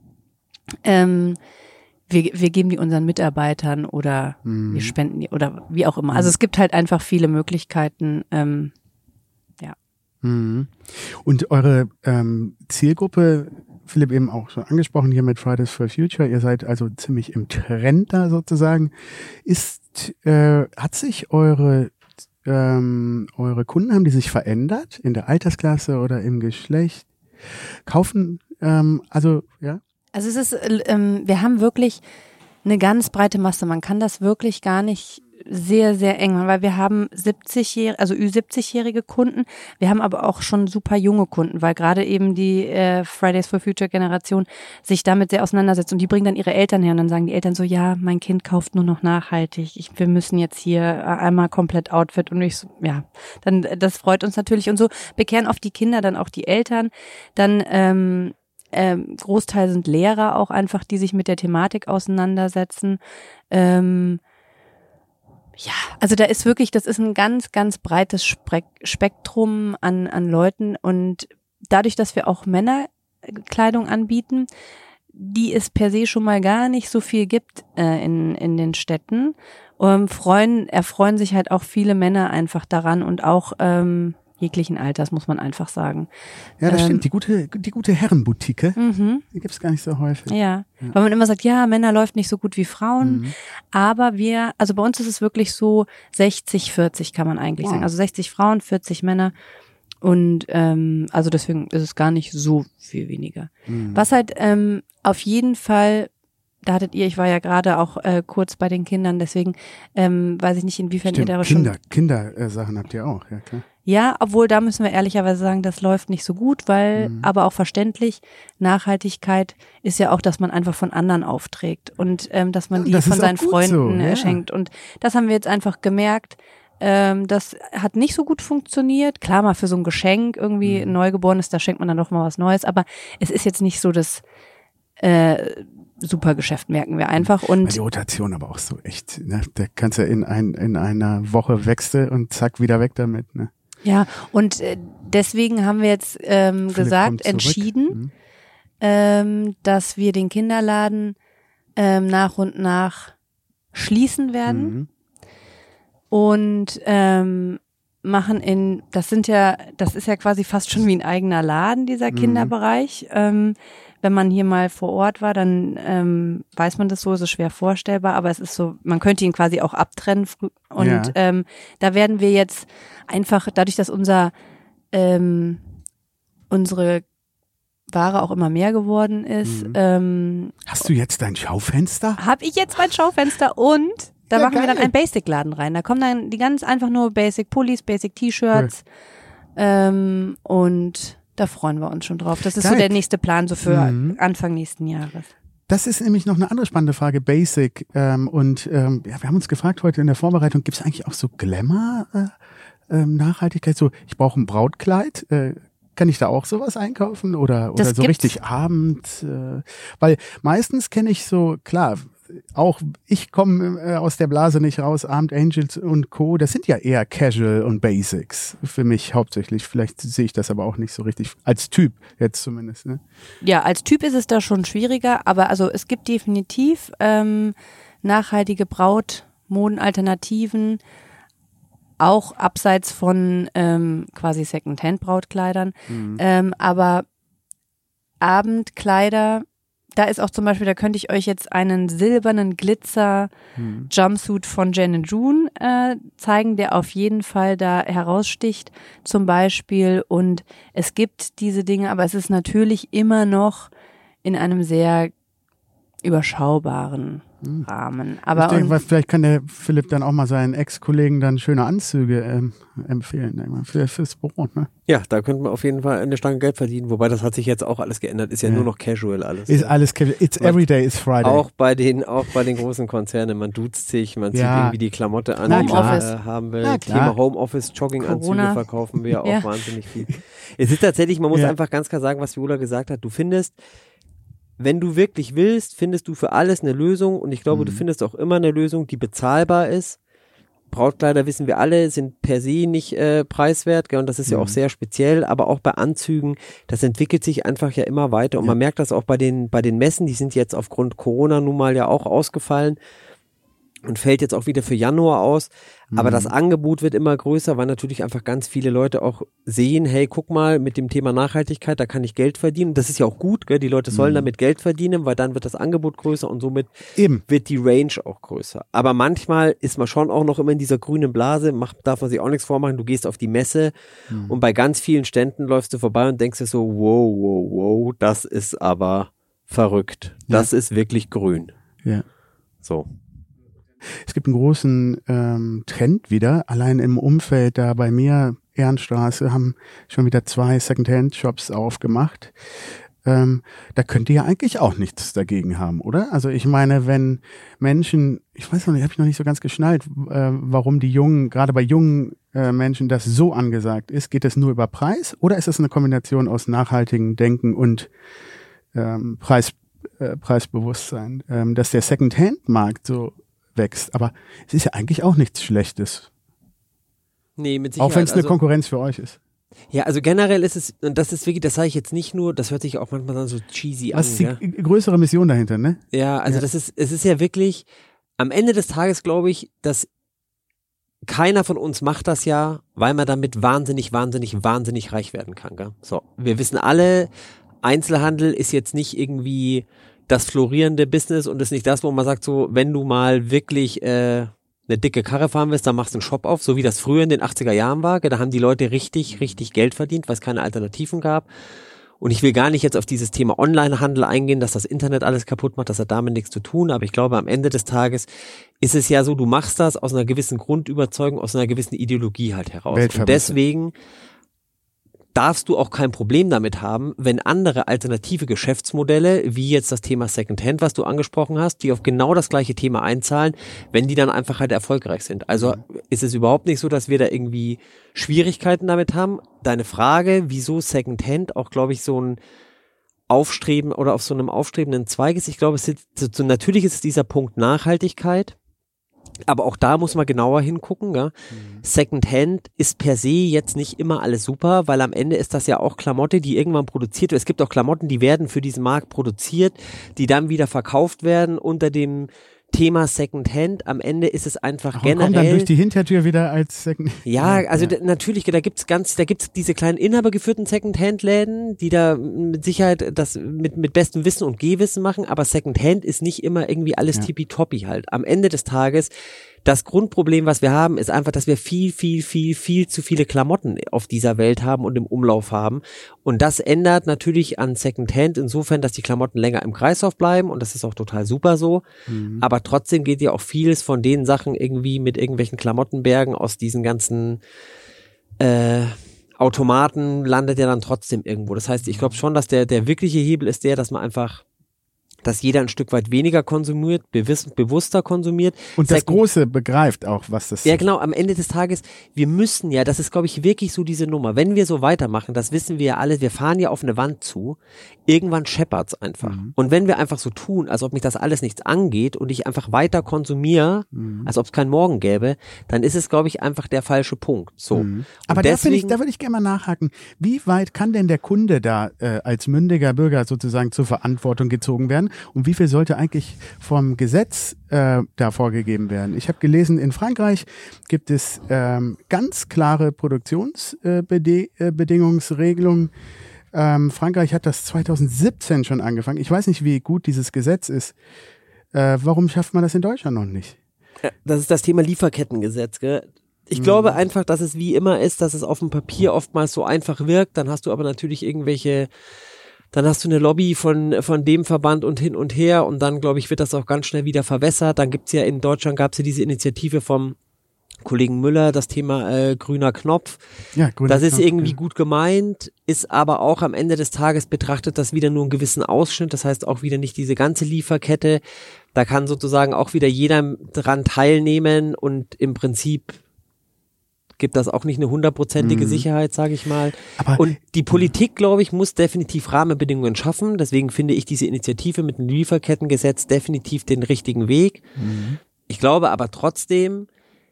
ähm, wir, wir geben die unseren Mitarbeitern oder mhm. wir spenden die oder wie auch immer. Also es gibt halt einfach viele Möglichkeiten, ähm, ja. Mhm. Und eure ähm, Zielgruppe, Philipp eben auch schon angesprochen hier mit Fridays for Future, ihr seid also ziemlich im Trend da sozusagen. Ist, äh, hat sich eure, ähm, eure Kunden, haben die sich verändert in der Altersklasse oder im Geschlecht? Kaufen, ähm, also, ja? Also es ist, ähm, wir haben wirklich eine ganz breite Masse. Man kann das wirklich gar nicht sehr, sehr eng machen, weil wir haben siebzigjährige, also Ü siebzig-jährige Kunden, wir haben aber auch schon super junge Kunden, weil gerade eben die äh, Fridays for Future Generation sich damit sehr auseinandersetzt und die bringen dann ihre Eltern her und dann sagen die Eltern so, ja, mein Kind kauft nur noch nachhaltig, ich, wir müssen jetzt hier einmal komplett Outfit und ich so, ja, dann das freut uns natürlich und so bekehren oft die Kinder dann auch die Eltern, dann ähm, ähm, Großteil sind Lehrer auch einfach, die sich mit der Thematik auseinandersetzen, ähm, ja, also da ist wirklich, das ist ein ganz, ganz breites Spektrum an, an Leuten und dadurch, dass wir auch Männerkleidung anbieten, die es per se schon mal gar nicht so viel gibt äh, in, in den Städten, ähm, freuen, erfreuen sich halt auch viele Männer einfach daran und auch ähm, jeglichen Alters, muss man einfach sagen. Ja, das ähm, stimmt. Die gute, die gute Herrenboutique, mhm. die gibt's gar nicht so häufig. Ja. ja, weil man immer sagt, ja, Männer läuft nicht so gut wie Frauen, mhm. aber wir, also bei uns ist es wirklich so sechzig vierzig kann man eigentlich wow. sagen. Also sechzig Frauen, vierzig Männer und ähm, also deswegen ist es gar nicht so viel weniger. Mhm. Was halt ähm, auf jeden Fall, da hattet ihr, ich war ja gerade auch äh, kurz bei den Kindern, deswegen ähm, weiß ich nicht, inwiefern Stimmt, ihr da Kinder, schon... Kindersachen habt ihr auch, ja klar. Ja, obwohl da müssen wir ehrlicherweise sagen, das läuft nicht so gut, weil, mhm. aber auch verständlich, Nachhaltigkeit ist ja auch, dass man einfach von anderen aufträgt und ähm, dass man die das von seinen Freunden so, ja. schenkt. Und das haben wir jetzt einfach gemerkt, ähm, das hat nicht so gut funktioniert. Klar, mal für so ein Geschenk irgendwie mhm. ein Neugeborenes, da schenkt man dann doch mal was Neues, aber es ist jetzt nicht so das äh, super Geschäft, merken wir einfach. Und weil die Rotation aber auch so echt, ne? Da kannst du in, ein, in einer Woche wechseln und zack, wieder weg damit, ne? Ja, und äh, deswegen haben wir jetzt ähm, gesagt, entschieden, mhm. ähm, dass wir den Kinderladen ähm, nach und nach schließen werden mhm. und ähm, machen in, das sind ja, das ist ja quasi fast schon wie ein eigener Laden, dieser mhm. Kinderbereich. Ähm, wenn man hier mal vor Ort war, dann ähm, weiß man das so, es ist schwer vorstellbar, aber es ist so, man könnte ihn quasi auch abtrennen und ja. ähm, da werden wir jetzt einfach, dadurch, dass unser ähm, unsere Ware auch immer mehr geworden ist. Mhm. Ähm, Hast du jetzt dein Schaufenster? Habe ich jetzt mein Schaufenster und da ja, machen geil. wir dann einen Basic-Laden rein. Da kommen dann die ganz einfach nur Basic-Pullis, Basic-T-Shirts cool. ähm, und Da freuen wir uns schon drauf. Das ist Geil. so der nächste Plan, so für mhm. Anfang nächsten Jahres. Das ist nämlich noch eine andere spannende Frage, Basic. Ähm, und ähm, ja, wir haben uns gefragt heute in der Vorbereitung, gibt es eigentlich auch so Glamour äh, ähm, Nachhaltigkeit? So, ich brauche ein Brautkleid. Äh, kann ich da auch sowas einkaufen? Oder, oder Das so gibt's. richtig Abend? Äh, weil meistens kenne ich so, klar, auch ich komme äh, aus der Blase nicht raus, Abend Angels und Co., das sind ja eher Casual und Basics für mich hauptsächlich. Vielleicht sehe ich das aber auch nicht so richtig, als Typ jetzt zumindest. Ne? Ja, als Typ ist es da schon schwieriger, aber also es gibt definitiv ähm, nachhaltige Brautmodenalternativen, auch abseits von ähm, quasi Second-Hand-Brautkleidern, Mhm. ähm, aber Abendkleider, da ist auch zum Beispiel, da könnte ich euch jetzt einen silbernen Glitzer-Jumpsuit von Jen and June äh, zeigen, der auf jeden Fall da heraussticht zum Beispiel. Und es gibt diese Dinge, aber es ist natürlich immer noch in einem sehr überschaubaren Hm. Rahmen. Aber ich denke, und, weil vielleicht kann der Philipp dann auch mal seinen Ex-Kollegen dann schöne Anzüge ähm, empfehlen, denke mal, für, fürs Büro. Ne? Ja, da könnte man auf jeden Fall eine Stange Geld verdienen, wobei das hat sich jetzt auch alles geändert, ist ja, Ja. nur noch casual alles. Ist ne? alles, it's every day is Friday. Auch bei den, auch bei den großen Konzernen, man duzt sich, man zieht Ja. irgendwie die Klamotte an, Na die man klar. äh, haben will. Na klar. Thema Homeoffice, Jogginganzüge Corona. verkaufen wir auch Ja. wahnsinnig viel. Es ist tatsächlich, man muss Ja. einfach ganz klar sagen, was Viola gesagt hat, du findest, wenn du wirklich willst, findest du für alles eine Lösung und ich glaube, Mhm. du findest auch immer eine Lösung, die bezahlbar ist. Brautkleider, wissen wir alle, sind per se nicht äh, preiswert, gell? Und das ist ja Mhm. auch sehr speziell, aber auch bei Anzügen, das entwickelt sich einfach ja immer weiter und Ja. man merkt das auch bei den, bei den Messen, die sind jetzt aufgrund Corona nun mal ja auch ausgefallen und fällt jetzt auch wieder für Januar aus, aber Mhm. das Angebot wird immer größer, weil natürlich einfach ganz viele Leute auch sehen, hey, guck mal, mit dem Thema Nachhaltigkeit, da kann ich Geld verdienen und das ist ja auch gut, gell? Die Leute sollen Mhm. damit Geld verdienen, weil dann wird das Angebot größer und somit Eben. wird die Range auch größer. Aber manchmal ist man schon auch noch immer in dieser grünen Blase, macht, darf man sich auch nichts vormachen, du gehst auf die Messe Mhm. und bei ganz vielen Ständen läufst du vorbei und denkst dir so, wow, wow, wow, das ist aber verrückt. Das ist wirklich grün. Ja. So. Es gibt einen großen ähm, Trend wieder. Allein im Umfeld da bei mir, Ehrenstraße, haben schon wieder zwei Secondhand-Shops aufgemacht. Ähm, da könnt ihr ja eigentlich auch nichts dagegen haben, oder? Also ich meine, wenn Menschen, ich weiß noch nicht, habe ich noch nicht so ganz geschnallt, äh, warum die Jungen, gerade bei jungen äh, Menschen das so angesagt ist. Geht es nur über Preis oder ist es eine Kombination aus nachhaltigem Denken und ähm, Preis, äh, Preisbewusstsein, ähm, dass der Secondhand-Markt so wächst. Aber es ist ja eigentlich auch nichts Schlechtes. Nee, mit Sicherheit. Auch wenn es eine also, Konkurrenz für euch ist. Ja, also generell ist es, und das ist wirklich, das sage ich jetzt nicht nur, das hört sich auch manchmal dann so cheesy Was an. ist die Gell? g- größere Mission dahinter, ne? Ja, also Ja. das ist, es ist ja wirklich, am Ende des Tages glaube ich, dass keiner von uns macht das ja, weil man damit wahnsinnig, wahnsinnig, wahnsinnig reich werden kann. Gell? So, wir wissen alle, Einzelhandel ist jetzt nicht irgendwie das florierende Business und ist nicht das, wo man sagt so, wenn du mal wirklich äh, eine dicke Karre fahren willst, dann machst du einen Shop auf, so wie das früher in den achtziger Jahren war. Gell? Da haben die Leute richtig, richtig Geld verdient, weil es keine Alternativen gab. Und ich will gar nicht jetzt auf dieses Thema Onlinehandel eingehen, dass das Internet alles kaputt macht, das hat damit nichts zu tun, aber ich glaube, am Ende des Tages ist es ja so, du machst das aus einer gewissen Grundüberzeugung, aus einer gewissen Ideologie halt heraus. Und Weltverbesserung. deswegen darfst du auch kein Problem damit haben, wenn andere alternative Geschäftsmodelle, wie jetzt das Thema Secondhand, was du angesprochen hast, die auf genau das gleiche Thema einzahlen, wenn die dann einfach halt erfolgreich sind. Also ist es überhaupt nicht so, dass wir da irgendwie Schwierigkeiten damit haben. Deine Frage, wieso Secondhand auch, glaube ich, so ein Aufstreben oder auf so einem aufstrebenden Zweig ist, ich glaube, es ist, so, natürlich ist es dieser Punkt Nachhaltigkeit. Aber auch da muss man genauer hingucken. Ja? Mhm. Secondhand ist per se jetzt nicht immer alles super, weil am Ende ist das ja auch Klamotte, die irgendwann produziert wird. Es gibt auch Klamotten, die werden für diesen Markt produziert, die dann wieder verkauft werden unter dem Thema Secondhand. Am Ende ist es einfach Ach, und generell. kommt dann durch die Hintertür wieder als Second. Ja, also ja. Da, natürlich, da gibt's ganz, da gibt's diese kleinen inhabergeführten Secondhand-Läden, die da mit Sicherheit das mit mit bestem Wissen und Gehwissen machen, aber Secondhand ist nicht immer irgendwie alles Ja. tippitoppi halt. Am Ende des Tages, das Grundproblem, was wir haben, ist einfach, dass wir viel, viel, viel, viel zu viele Klamotten auf dieser Welt haben und im Umlauf haben. Und das ändert natürlich an Secondhand insofern, dass die Klamotten länger im Kreislauf bleiben und das ist auch total super so. Mhm. Aber trotzdem geht ja auch vieles von den Sachen irgendwie mit irgendwelchen Klamottenbergen aus diesen ganzen äh, Automaten landet ja dann trotzdem irgendwo. Das heißt, ich glaube schon, dass der, der wirkliche Hebel ist der, dass man einfach, dass jeder ein Stück weit weniger konsumiert, bewiss, bewusster konsumiert. Und das Second, Große begreift auch, was das ist. Ja, genau, am Ende des Tages, wir müssen ja, das ist, glaube ich, wirklich so diese Nummer. Wenn wir so weitermachen, das wissen wir ja alle, wir fahren ja auf eine Wand zu, irgendwann scheppert's einfach. Mhm. Und wenn wir einfach so tun, als ob mich das alles nichts angeht und ich einfach weiter konsumiere, mhm. als ob es keinen Morgen gäbe, dann ist es, glaube ich, einfach der falsche Punkt. So. Mhm. Aber deswegen, da, ich, da würde ich gerne mal nachhaken. Wie weit kann denn der Kunde da äh, als mündiger Bürger sozusagen zur Verantwortung gezogen werden? Und wie viel sollte eigentlich vom Gesetz äh, da vorgegeben werden? Ich habe gelesen, in Frankreich gibt es ähm, ganz klare Produktionsbedingungsregelungen. Äh, ähm, Frankreich hat das zweitausendsiebzehn schon angefangen. Ich weiß nicht, wie gut dieses Gesetz ist. Äh, warum schafft man das in Deutschland noch nicht? Ja, das ist das Thema Lieferkettengesetz, gell? Ich mhm. glaube einfach, dass es wie immer ist, dass es auf dem Papier oftmals so einfach wirkt. Dann hast du aber natürlich irgendwelche Dann hast du eine Lobby von von dem Verband und hin und her und dann, glaube ich, wird das auch ganz schnell wieder verwässert. Dann gibt's ja in Deutschland, gab's ja diese Initiative vom Kollegen Müller, das Thema äh, grüner Knopf. Ja, grüner das ist Knopf, irgendwie ja. gut gemeint, ist aber auch am Ende des Tages betrachtet das wieder nur einen gewissen Ausschnitt. Das heißt auch wieder nicht diese ganze Lieferkette. Da kann sozusagen auch wieder jeder dran teilnehmen und im Prinzip gibt das auch nicht eine hundertprozentige mhm. Sicherheit, sage ich mal. Aber und die Politik, glaube ich, muss definitiv Rahmenbedingungen schaffen. Deswegen finde ich diese Initiative mit dem Lieferkettengesetz definitiv den richtigen Weg. Mhm. Ich glaube aber trotzdem,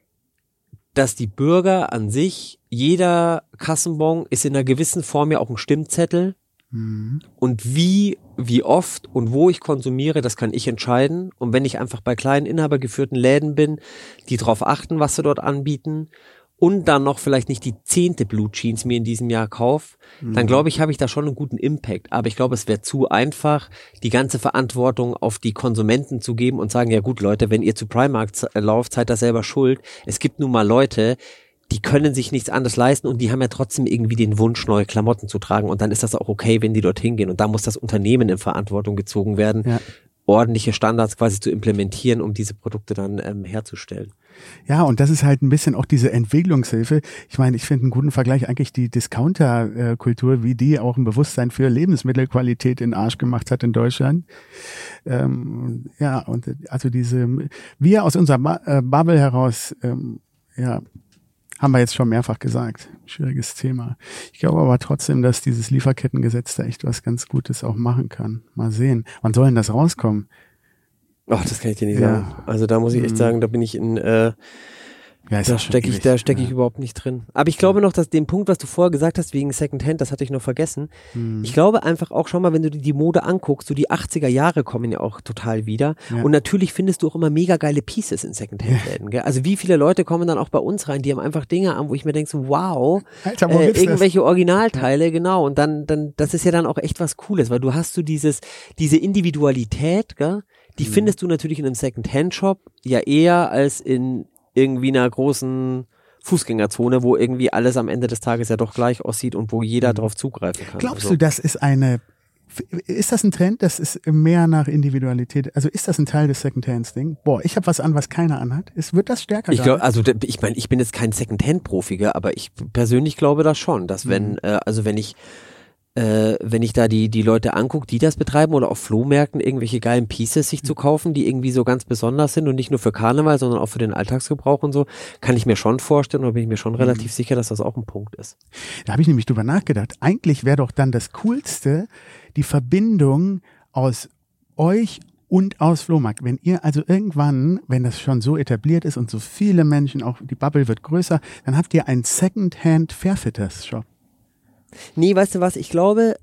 dass die Bürger an sich, jeder Kassenbon ist in einer gewissen Form ja auch ein Stimmzettel. Mhm. Und wie, wie oft und wo ich konsumiere, das kann ich entscheiden. Und wenn ich einfach bei kleinen inhabergeführten Läden bin, die darauf achten, was sie dort anbieten, und dann noch vielleicht nicht die zehnte Blue Jeans mir in diesem Jahr kaufe, mhm. dann glaube ich, habe ich da schon einen guten Impact. Aber ich glaube, es wäre zu einfach, die ganze Verantwortung auf die Konsumenten zu geben und sagen, ja gut Leute, wenn ihr zu Primark z- lauft, seid ihr selber schuld. Es gibt nun mal Leute, die können sich nichts anderes leisten und die haben ja trotzdem irgendwie den Wunsch, neue Klamotten zu tragen. Und dann ist das auch okay, wenn die dorthin gehen. Und da muss das Unternehmen in Verantwortung gezogen werden, ja. ordentliche Standards quasi zu implementieren, um diese Produkte dann ähm, herzustellen. Ja, und das ist halt ein bisschen auch diese Entwicklungshilfe. Ich meine, ich finde einen guten Vergleich eigentlich die Discounter-Kultur, wie die auch ein Bewusstsein für Lebensmittelqualität in den Arsch gemacht hat in Deutschland. Ähm, ja, und also diese, wir aus unserer ba- äh, Bubble heraus, ähm, ja, haben wir jetzt schon mehrfach gesagt. Schwieriges Thema. Ich glaube aber trotzdem, dass dieses Lieferkettengesetz da echt was ganz Gutes auch machen kann. Mal sehen. Wann soll denn das rauskommen? Ach, das kann ich dir nicht ja. sagen. Also da muss ich echt sagen, da bin ich in, äh, ja, da stecke ich, da stecke ich ja. überhaupt nicht drin. Aber ich glaube noch, dass den Punkt, was du vorher gesagt hast, wegen Secondhand, das hatte ich noch vergessen. Hm. Ich glaube einfach auch, schau mal, wenn du dir die Mode anguckst, so die achtziger Jahre kommen ja auch total wieder. Ja. Und natürlich findest du auch immer mega geile Pieces in Secondhand-Läden. Gell? Also wie viele Leute kommen dann auch bei uns rein, die haben einfach Dinge an, wo ich mir denke, so, wow, Alter, wo äh, irgendwelche das? Originalteile, ja. genau. Und dann, dann, das ist ja dann auch echt was Cooles, weil du hast so dieses, diese Individualität, gell? Die hm. findest du natürlich in einem Secondhand-Shop ja eher als in irgendwie einer großen Fußgängerzone, wo irgendwie alles am Ende des Tages ja doch gleich aussieht und wo jeder mhm. drauf zugreifen kann. Glaubst also. du, das ist eine, ist das ein Trend, das ist mehr nach Individualität, also ist das ein Teil des Secondhands-Ding? Boah, ich habe was an, was keiner anhat. Es wird das stärker? Ich glaube, also ich meine, ich bin jetzt kein Secondhand-Profi, aber ich persönlich glaube das schon, dass wenn, mhm. äh, also wenn ich Äh, wenn ich da die die Leute angucke, die das betreiben oder auf Flohmärkten irgendwelche geilen Pieces sich zu kaufen, die irgendwie so ganz besonders sind und nicht nur für Karneval, sondern auch für den Alltagsgebrauch und so, kann ich mir schon vorstellen oder bin ich mir schon relativ mhm. sicher, dass das auch ein Punkt ist. Da habe ich nämlich drüber nachgedacht. Eigentlich wäre doch dann das Coolste die Verbindung aus euch und aus Flohmarkt. Wenn ihr also irgendwann, wenn das schon so etabliert ist und so viele Menschen, auch die Bubble wird größer, dann habt ihr einen Secondhand-Fairfitters-Shop. Nee, weißt du was, ich glaube,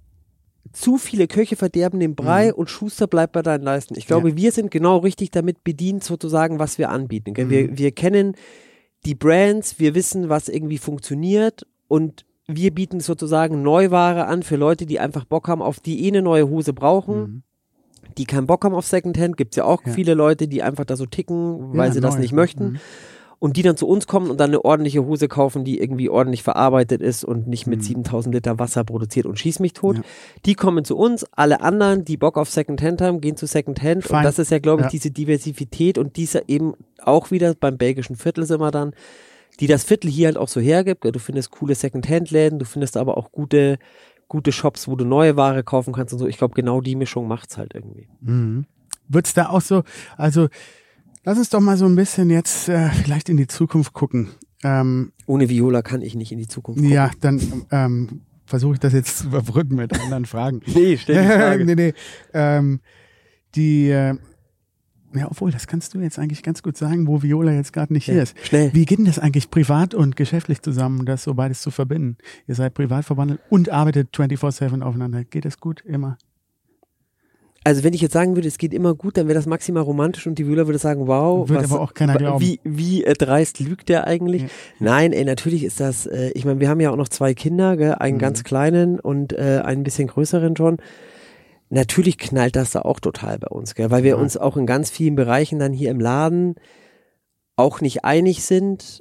zu viele Köche verderben den Brei mhm. und Schuster bleibt bei deinen Leisten. Ich glaube, ja. wir sind genau richtig damit bedient, sozusagen, was wir anbieten. Mhm. Wir, wir kennen die Brands, wir wissen, was irgendwie funktioniert und wir bieten sozusagen Neuware an für Leute, die einfach Bock haben, auf die eh eine neue Hose brauchen, mhm. die keinen Bock haben auf Secondhand. Gibt's ja auch ja. viele Leute, die einfach da so ticken, weil ja, sie neu. das nicht möchten. Mhm. Und die dann zu uns kommen und dann eine ordentliche Hose kaufen, die irgendwie ordentlich verarbeitet ist und nicht mit mhm. siebentausend Liter Wasser produziert und schieß mich tot. Ja. Die kommen zu uns, alle anderen, die Bock auf Secondhand haben, gehen zu Secondhand. Fein. Und das ist ja, glaube ich, ja. diese Diversität und dieser eben auch wieder beim belgischen Viertel sind wir dann, die das Viertel hier halt auch so hergibt. Du findest coole Second-Hand-Läden, du findest aber auch gute, gute Shops, wo du neue Ware kaufen kannst und so. Ich glaube, genau die Mischung macht's halt irgendwie. Mhm. Wird's da auch so, also lass uns doch mal so ein bisschen jetzt äh, vielleicht in die Zukunft gucken. Ähm, Ohne Viola kann ich nicht in die Zukunft gucken. Ja, dann ähm, versuche ich das jetzt zu überbrücken mit anderen Fragen. nee, stell die Frage. nee, nee. Ähm, die, äh, ja, obwohl, das kannst du jetzt eigentlich ganz gut sagen, wo Viola jetzt gerade nicht ja, hier ist. Schnell. Wie geht denn das eigentlich privat und geschäftlich zusammen, das so beides zu verbinden? Ihr seid privat verwandelt und arbeitet vierundzwanzig sieben aufeinander. Geht das gut immer? Also wenn ich jetzt sagen würde, es geht immer gut, dann wäre das maximal romantisch und die Viola würde sagen, wow, Wird was, aber auch keiner glauben. wie, wie äh, dreist lügt der eigentlich? Ja. Nein, ey, natürlich ist das, äh, ich meine, wir haben ja auch noch zwei Kinder, gell? einen mhm. ganz kleinen und äh, einen bisschen größeren schon. Natürlich knallt das da auch total bei uns, gell? Weil wir ja. uns auch in ganz vielen Bereichen dann hier im Laden auch nicht einig sind.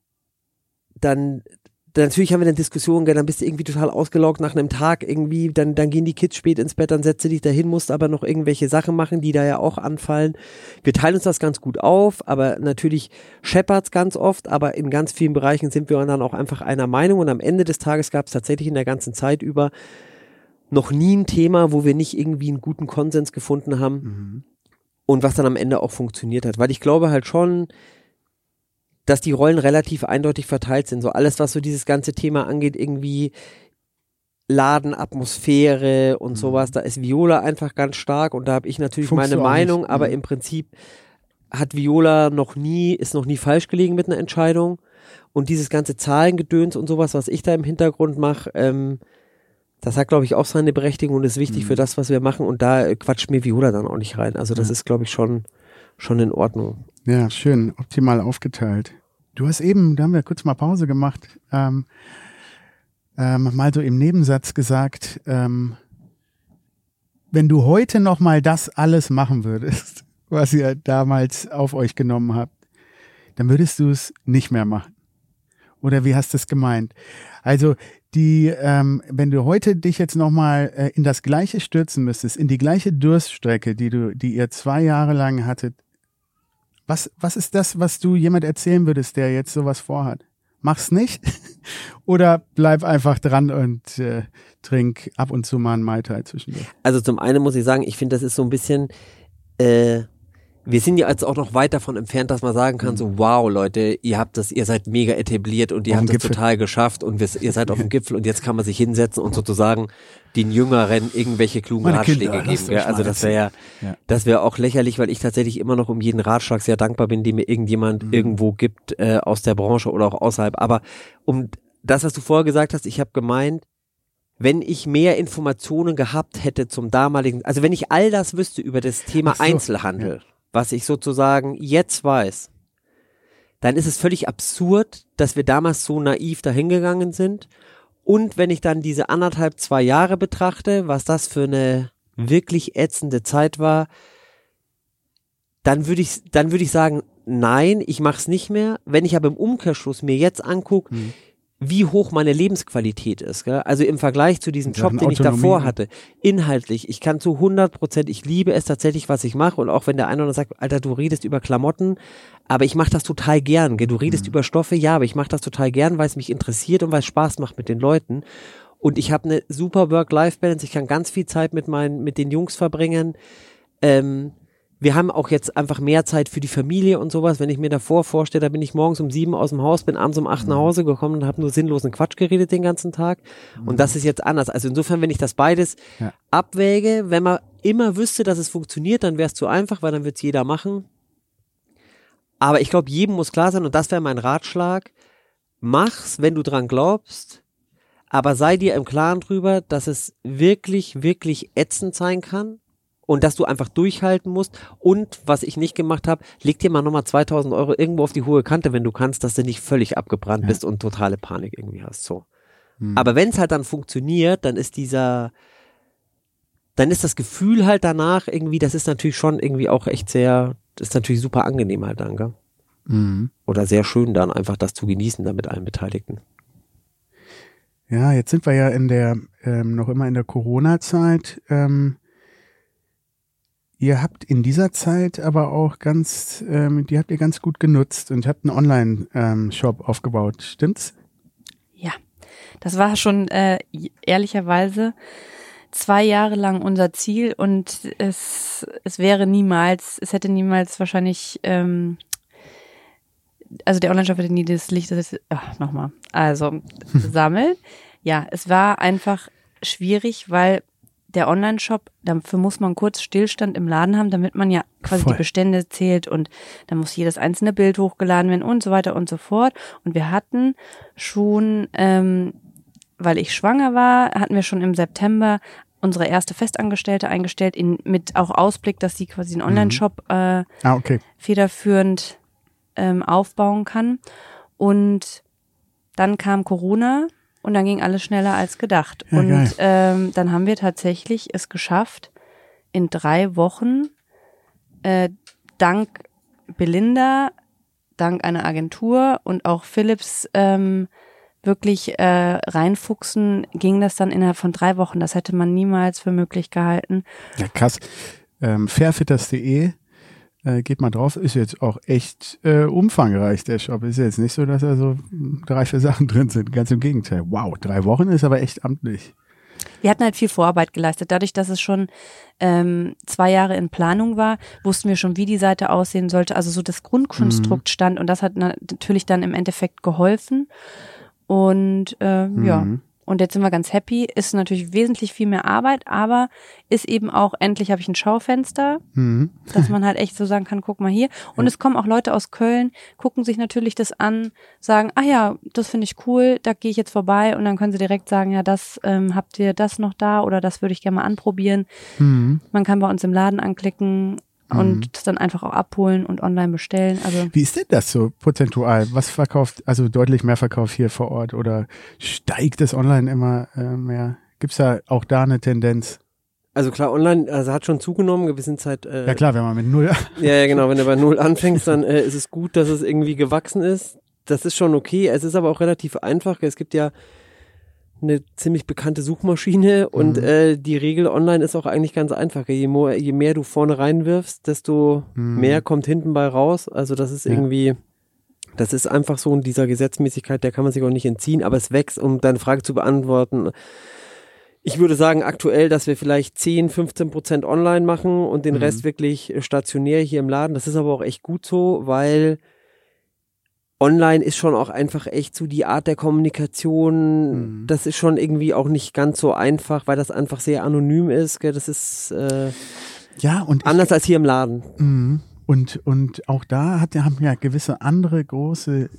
Dann Natürlich haben wir dann Diskussionen, dann bist du irgendwie total ausgelaugt nach einem Tag irgendwie, dann, dann gehen die Kids spät ins Bett, dann setzt du dich dahin, musst aber noch irgendwelche Sachen machen, die da ja auch anfallen. Wir teilen uns das ganz gut auf, aber natürlich scheppert's ganz oft, aber in ganz vielen Bereichen sind wir dann auch einfach einer Meinung und am Ende des Tages gab es tatsächlich in der ganzen Zeit über noch nie ein Thema, wo wir nicht irgendwie einen guten Konsens gefunden haben mhm. und was dann am Ende auch funktioniert hat, weil ich glaube halt schon, dass die Rollen relativ eindeutig verteilt sind. So alles, was so dieses ganze Thema angeht, irgendwie Ladenatmosphäre und mhm. sowas, da ist Viola einfach ganz stark und da habe ich natürlich Funkst meine Meinung, nicht. aber mhm. im Prinzip hat Viola noch nie, ist noch nie falsch gelegen mit einer Entscheidung und dieses ganze Zahlengedöns und sowas, was ich da im Hintergrund mache, ähm, das hat, glaube ich, auch seine Berechtigung und ist wichtig mhm. für das, was wir machen und da quatscht mir Viola dann auch nicht rein. Also das ja. ist, glaube ich, schon, schon in Ordnung. Ja, schön, optimal aufgeteilt. Du hast eben, da haben wir kurz mal Pause gemacht, ähm, ähm, mal so im Nebensatz gesagt, ähm, wenn du heute noch mal das alles machen würdest, was ihr damals auf euch genommen habt, dann würdest du es nicht mehr machen. Oder wie hast du es gemeint? Also die, ähm, wenn du heute dich jetzt noch mal äh, in das Gleiche stürzen müsstest, in die gleiche Durststrecke, die du, die ihr zwei Jahre lang hattet, Was, was ist das, was du jemand erzählen würdest, der jetzt sowas vorhat? Mach's nicht oder bleib einfach dran und äh, trink ab und zu mal einen Mai Tai zwischendurch? Also zum einen muss ich sagen, ich finde, das ist so ein bisschen, äh, wir sind ja jetzt auch noch weit davon entfernt, dass man sagen kann, mhm. so wow Leute, ihr habt das, ihr seid mega etabliert und ihr auf habt das total geschafft und wir, ihr seid auf dem Gipfel und jetzt kann man sich hinsetzen und sozusagen den Jüngeren irgendwelche klugen Meine Ratschläge Kinder, geben. Gell? Also das wäre ja, ja. das wäre auch lächerlich, weil ich tatsächlich immer noch um jeden Ratschlag sehr dankbar bin, den mir irgendjemand mhm. irgendwo gibt äh, aus der Branche oder auch außerhalb. Aber um das, was du vorher gesagt hast, ich habe gemeint, wenn ich mehr Informationen gehabt hätte zum damaligen, also wenn ich all das wüsste über das Thema so, Einzelhandel, ja. was ich sozusagen jetzt weiß, dann ist es völlig absurd, dass wir damals so naiv dahingegangen sind. Und wenn ich dann diese anderthalb, zwei Jahre betrachte, was das für eine wirklich ätzende Zeit war, dann würde ich, dann würde ich sagen, nein, ich mache es nicht mehr. Wenn ich aber im Umkehrschluss mir jetzt angucke, mhm. wie hoch meine Lebensqualität ist, gell? Also im Vergleich zu diesem Job, den ich davor hatte, inhaltlich, ich kann zu hundert Prozent, ich liebe es tatsächlich, was ich mache und auch wenn der eine oder andere sagt, Alter, du redest über Klamotten, aber ich mache das total gern, gell? Du redest mhm. über Stoffe, ja, aber ich mache das total gern, weil es mich interessiert und weil es Spaß macht mit den Leuten und ich habe eine super Work-Life-Balance, ich kann ganz viel Zeit mit meinen, mit den Jungs verbringen, ähm, wir haben auch jetzt einfach mehr Zeit für die Familie und sowas. Wenn ich mir davor vorstelle, da bin ich morgens um sieben aus dem Haus, bin abends um acht nach Hause gekommen und habe nur sinnlosen Quatsch geredet den ganzen Tag. Und das ist jetzt anders. Also insofern, wenn ich das beides ja. abwäge, wenn man immer wüsste, dass es funktioniert, dann wäre es zu einfach, weil dann wird es jeder machen. Aber ich glaube, jedem muss klar sein, und das wäre mein Ratschlag, mach's, wenn du dran glaubst, aber sei dir im Klaren drüber, dass es wirklich, wirklich ätzend sein kann. Und dass du einfach durchhalten musst. Und was ich nicht gemacht habe, leg dir mal nochmal zweitausend Euro irgendwo auf die hohe Kante, wenn du kannst, dass du nicht völlig abgebrannt ja. bist und totale Panik irgendwie hast. So. Hm. Aber wenn es halt dann funktioniert, dann ist dieser, dann ist das Gefühl halt danach irgendwie, das ist natürlich schon irgendwie auch echt sehr, das ist natürlich super angenehm halt dann, gell? Mhm. Oder sehr schön dann einfach das zu genießen da mit allen Beteiligten. Ja, jetzt sind wir ja in der, ähm, noch immer in der Corona-Zeit. Ähm, ihr habt in dieser Zeit aber auch ganz, ähm, die habt ihr ganz gut genutzt und habt einen Online-Shop ähm, aufgebaut, stimmt's? Ja, das war schon äh, ehrlicherweise zwei Jahre lang unser Ziel und es, es wäre niemals, es hätte niemals wahrscheinlich, ähm, also der Online-Shop hätte nie das Licht, das ist, ach, nochmal, also sammeln. Ja, es war einfach schwierig, weil der Online-Shop, dafür muss man kurz Stillstand im Laden haben, damit man ja quasi Voll. die Bestände zählt und dann muss jedes einzelne Bild hochgeladen werden und so weiter und so fort. Und wir hatten schon, ähm, weil ich schwanger war, hatten wir schon im September unsere erste Festangestellte eingestellt, in, mit auch Ausblick, dass sie quasi einen Online-Shop äh, ah, okay. federführend ähm, aufbauen kann. Und dann kam Corona. Und dann ging alles schneller als gedacht. Ja, und ähm, dann haben wir tatsächlich es geschafft, in drei Wochen, äh, dank Belinda, dank einer Agentur und auch Philips ähm, wirklich äh, reinfuchsen, ging das dann innerhalb von drei Wochen. Das hätte man niemals für möglich gehalten. Ja, krass. Ähm, fairfitters punkt de Äh, geht mal drauf, ist jetzt auch echt äh, umfangreich, der Shop. Ist jetzt nicht so, dass da so drei, vier Sachen drin sind. Ganz im Gegenteil. Wow, drei Wochen ist aber echt amtlich. Wir hatten halt viel Vorarbeit geleistet. Dadurch, dass es schon ähm, zwei Jahre in Planung war, wussten wir schon, wie die Seite aussehen sollte. Also so das Grundkonstrukt mhm. stand und das hat natürlich dann im Endeffekt geholfen. Und äh, mhm. ja. Und jetzt sind wir ganz happy, ist natürlich wesentlich viel mehr Arbeit, aber ist eben auch, endlich habe ich ein Schaufenster, mhm. dass man halt echt so sagen kann, guck mal hier. Und ja. es kommen auch Leute aus Köln, gucken sich natürlich das an, sagen, ah ja, das finde ich cool, da gehe ich jetzt vorbei und dann können sie direkt sagen, ja, das ähm, habt ihr das noch da oder das würde ich gerne mal anprobieren. Mhm. Man kann bei uns im Laden anklicken und mhm. das dann einfach auch abholen und online bestellen. Also wie ist denn das so prozentual? Was verkauft, also deutlich mehr Verkauf hier vor Ort oder steigt das online immer äh, mehr? Gibt es da auch da eine Tendenz? Also klar, online, also hat schon zugenommen, gewissen Zeit. Äh, ja klar, wenn man mit Null. ja, ja, genau, wenn du bei Null anfängst, dann äh, ist es gut, dass es irgendwie gewachsen ist. Das ist schon okay. Es ist aber auch relativ einfach. Es gibt ja eine ziemlich bekannte Suchmaschine und mhm. äh, die Regel online ist auch eigentlich ganz einfach. Je mehr, je mehr du vorne reinwirfst, desto mhm. mehr kommt hinten bei raus. Also das ist ja. irgendwie, das ist einfach so in dieser Gesetzmäßigkeit, der kann man sich auch nicht entziehen, aber es wächst, um deine Frage zu beantworten. Ich würde sagen aktuell, dass wir vielleicht zehn, fünfzehn Prozent online machen und den mhm. Rest wirklich stationär hier im Laden. Das ist aber auch echt gut so, weil online ist schon auch einfach echt so die Art der Kommunikation, mhm. das ist schon irgendwie auch nicht ganz so einfach, weil das einfach sehr anonym ist, gell? Das ist äh, ja, und anders ich, als hier im Laden. Mhm. Und, und auch da hat, haben ja gewisse andere große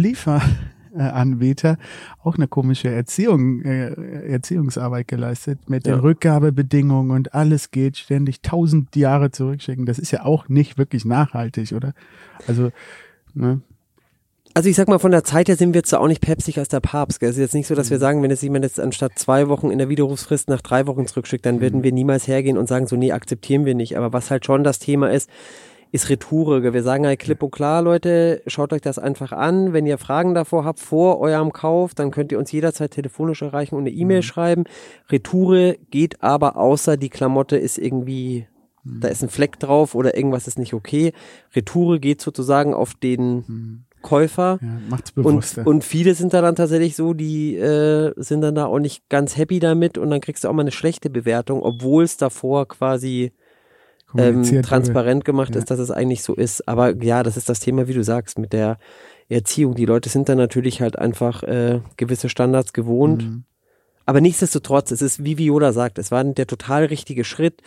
Lieferanbieter auch eine komische Erziehung, äh, Erziehungsarbeit geleistet mit ja. den Rückgabebedingungen und alles geht ständig tausend Jahre zurückschicken. Das ist ja auch nicht wirklich nachhaltig, oder? Also, ne? Also ich sag mal, von der Zeit her sind wir jetzt auch nicht päpstlicher als der Papst. Gell? Es ist jetzt nicht so, dass wir sagen, wenn jetzt jemand jetzt anstatt zwei Wochen in der Widerrufsfrist nach drei Wochen zurückschickt, dann würden wir niemals hergehen und sagen so, nee, akzeptieren wir nicht. Aber was halt schon das Thema ist, ist Retoure. Gell? Wir sagen halt klipp und klar, Leute, schaut euch das einfach an. Wenn ihr Fragen davor habt, vor eurem Kauf, dann könnt ihr uns jederzeit telefonisch erreichen und eine E-Mail mhm. schreiben. Retoure geht aber, außer die Klamotte ist irgendwie, mhm. da ist ein Fleck drauf oder irgendwas ist nicht okay. Retoure geht sozusagen auf den mhm. Käufer. Ja, macht's bewusster. Und, und viele sind da dann tatsächlich so, die äh, sind dann da auch nicht ganz happy damit und dann kriegst du auch mal eine schlechte Bewertung, obwohl es davor quasi ähm, transparent wurde. gemacht ja. ist, dass es eigentlich so ist. Aber ja, das ist das Thema, wie du sagst, mit der Erziehung. Die Leute sind dann natürlich halt einfach äh, gewisse Standards gewohnt. Mhm. Aber nichtsdestotrotz, es ist, wie Viola sagt, es war der total richtige Schritt.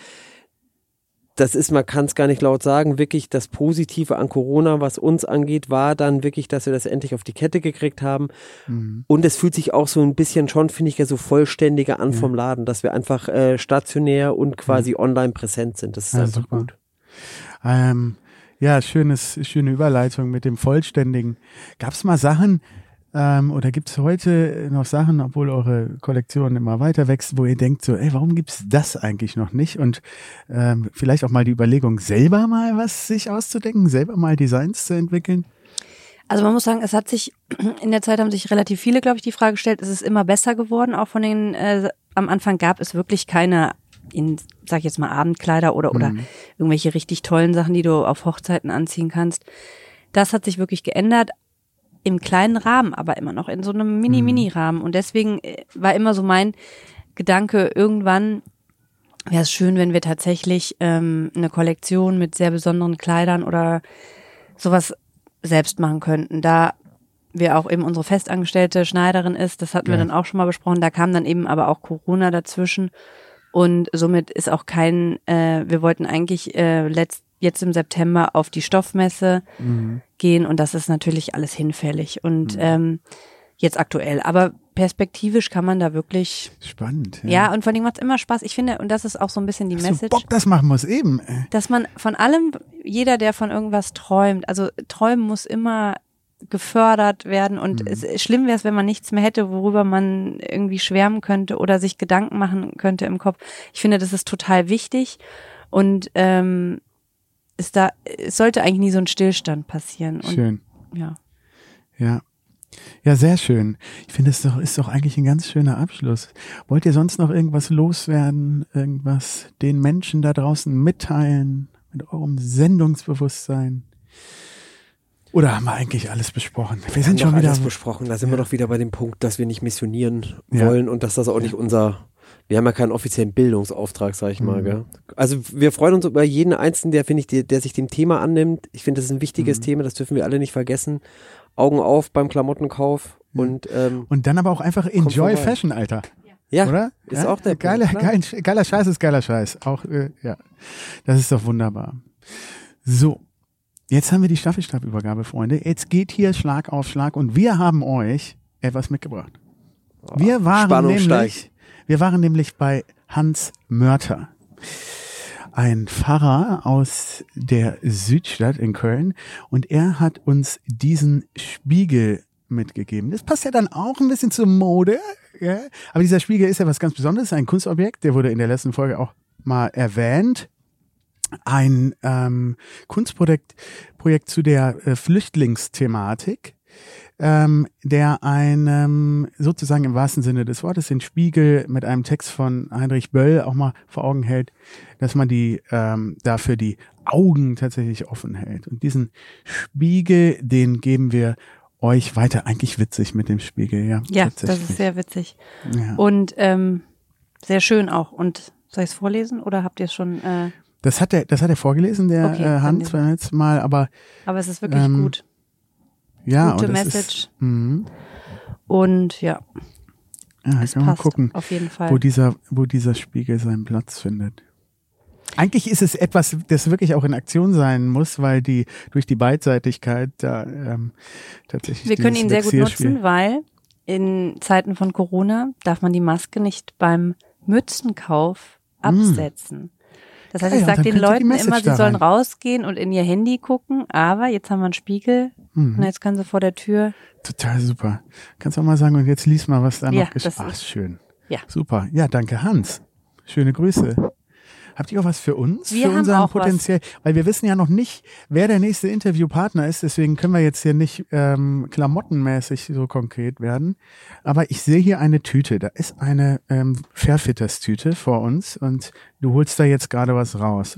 Das ist, man kann es gar nicht laut sagen, wirklich das Positive an Corona, was uns angeht, war dann wirklich, dass wir das endlich auf die Kette gekriegt haben. Mhm. Und es fühlt sich auch so ein bisschen schon, finde ich, ja so vollständiger an ja. vom Laden, dass wir einfach äh, stationär und quasi mhm. online präsent sind. Das ist ja, einfach super. gut. Ähm, ja, schönes, schöne Überleitung mit dem Vollständigen. Gab es mal Sachen, Ähm, oder gibt es heute noch Sachen, obwohl eure Kollektion immer weiter wächst, wo ihr denkt so, ey, warum gibt es das eigentlich noch nicht? Und ähm, vielleicht auch mal die Überlegung, selber mal was sich auszudenken, selber mal Designs zu entwickeln? Also man muss sagen, es hat sich, in der Zeit haben sich relativ viele, glaube ich, die Frage gestellt, es ist immer besser geworden, auch von den, äh, am Anfang gab es wirklich keine in, sag ich jetzt mal, Abendkleider oder, oder mhm. irgendwelche richtig tollen Sachen, die du auf Hochzeiten anziehen kannst. Das hat sich wirklich geändert. Im kleinen Rahmen, aber immer noch in so einem Mini-Mini-Rahmen. Und deswegen war immer so mein Gedanke, irgendwann wäre es schön, wenn wir tatsächlich ähm, eine Kollektion mit sehr besonderen Kleidern oder sowas selbst machen könnten. Da wir auch eben unsere festangestellte Schneiderin ist, das hatten ja. wir dann auch schon mal besprochen, da kam dann eben aber auch Corona dazwischen. Und somit ist auch kein, äh, wir wollten eigentlich äh, letzt, jetzt im September auf die Stoffmesse mhm. gehen und das ist natürlich alles hinfällig und mhm. ähm, jetzt aktuell. Aber perspektivisch kann man da wirklich spannend. Ja, ja und vor allem macht es immer Spaß. Ich finde, und das ist auch so ein bisschen die Dass Message. Du Bock, das machen muss eben. Dass man von allem, jeder, der von irgendwas träumt, also träumen muss immer gefördert werden und mhm. es, schlimm wäre es, wenn man nichts mehr hätte, worüber man irgendwie schwärmen könnte oder sich Gedanken machen könnte im Kopf. Ich finde, das ist total wichtig und ähm, ist da, es sollte eigentlich nie so ein Stillstand passieren. Und, schön. Ja. Ja. Ja, sehr schön. Ich finde, es doch, ist doch eigentlich ein ganz schöner Abschluss. Wollt ihr sonst noch irgendwas loswerden? Irgendwas den Menschen da draußen mitteilen? Mit eurem Sendungsbewusstsein? Oder haben wir eigentlich alles besprochen? Wir, wir sind schon wieder alles besprochen. Da sind ja. wir doch wieder bei dem Punkt, dass wir nicht missionieren ja. wollen und dass das auch nicht ja. unser, wir haben ja keinen offiziellen Bildungsauftrag, sag ich mhm. mal. Gell? Also wir freuen uns über jeden Einzelnen, der, finde ich, der, der sich dem Thema annimmt. Ich finde, das ist ein wichtiges mhm. Thema, das dürfen wir alle nicht vergessen. Augen auf beim Klamottenkauf mhm. und ähm, und dann aber auch einfach enjoy Fashion, Alter. Ja, oder? Ist ja? auch der Geile, Punkt, geil, geiler Scheiß ist geiler Scheiß. Auch, äh, ja. Das ist doch wunderbar. So. Jetzt haben wir die Staffelstabübergabe, Freunde. Jetzt geht hier Schlag auf Schlag und wir haben euch etwas mitgebracht. Oh, wir waren Spannung nämlich, steigt. wir waren nämlich bei Hans Mörter, ein Pfarrer aus der Südstadt in Köln, und er hat uns diesen Spiegel mitgegeben. Das passt ja dann auch ein bisschen zur Mode, ja? Aber dieser Spiegel ist ja was ganz Besonderes, ein Kunstobjekt, der wurde in der letzten Folge auch mal erwähnt. Ein ähm, Kunstprojekt Projekt zu der äh, Flüchtlingsthematik, ähm, der einem sozusagen im wahrsten Sinne des Wortes den Spiegel mit einem Text von Heinrich Böll auch mal vor Augen hält, dass man die ähm, dafür die Augen tatsächlich offen hält. Und diesen Spiegel, den geben wir euch weiter. Eigentlich witzig mit dem Spiegel, ja. Ja, das ist sehr witzig. Ja. Und ähm, sehr schön auch. Und soll ich es vorlesen oder habt ihr es schon... Äh Das hat er, das hat er vorgelesen, der okay, äh, Hans beim letzten Mal, aber aber es ist wirklich ähm, gut. Ja, gute und Message. Ist, mh. Und ja, ja es kann passt man gucken, auf jeden Fall. wo dieser, wo dieser Spiegel seinen Platz findet. Eigentlich ist es etwas, das wirklich auch in Aktion sein muss, weil die durch die Beidseitigkeit da ähm, tatsächlich. Wir können ihn sehr gut nutzen, weil in Zeiten von Corona darf man die Maske nicht beim Mützenkauf absetzen. Mm. Das heißt, ich ja, sage den Leuten immer, sie sollen rausgehen und in ihr Handy gucken, aber jetzt haben wir einen Spiegel mhm. und jetzt können sie vor der Tür. Total super. Kannst du auch mal sagen, und jetzt lies mal, was da ja, noch geschieht. Ach, schön. Ja. Super. Ja, danke, Hans. Schöne Grüße. Habt ihr auch was für uns? Wir für haben unseren auch potenziell, was. Weil wir wissen ja noch nicht, wer der nächste Interviewpartner ist, deswegen können wir jetzt hier nicht ähm, klamottenmäßig so konkret werden. Aber ich sehe hier eine Tüte. Da ist eine ähm, Fairfitters-Tüte vor uns und du holst da jetzt gerade was raus.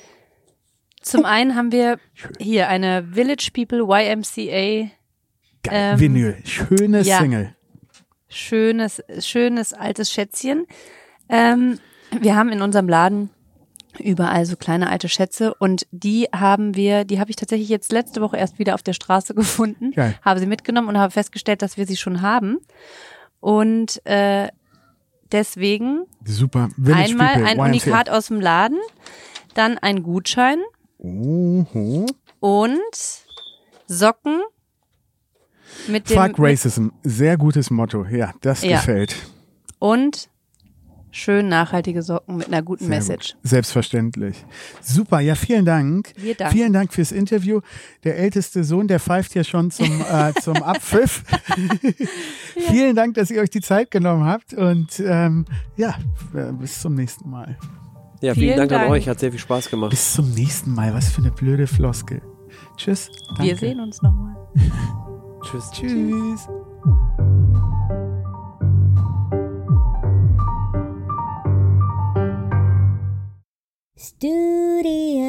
Zum einen haben wir hier eine Village People Y M C A Geil, ähm, Vinyl. Schönes ja, Single. Schönes, schönes altes Schätzchen. Ähm, wir haben in unserem Laden überall so kleine alte Schätze und die haben wir, die habe ich tatsächlich jetzt letzte Woche erst wieder auf der Straße gefunden, Geil. habe sie mitgenommen und habe festgestellt, dass wir sie schon haben und äh, deswegen super. einmal ein Unikat aus dem Laden, dann ein Gutschein uh-huh. und Socken mit dem Fuck Racism, sehr gutes Motto, ja, das ja. gefällt. Und schön nachhaltige Socken mit einer guten Sehr Message. Gut. Selbstverständlich. Super, ja, vielen Dank. Wir danken. Vielen Dank fürs Interview. Der älteste Sohn, der pfeift ja schon zum, äh, zum Abpfiff. ja. Vielen Dank, dass ihr euch die Zeit genommen habt und ähm, ja, bis zum nächsten Mal. Ja, vielen, vielen Dank, Dank an euch, hat sehr viel Spaß gemacht. Bis zum nächsten Mal, was für eine blöde Floskel. Tschüss. Danke. Wir sehen uns nochmal. Tschüss. Tschüss. Studio.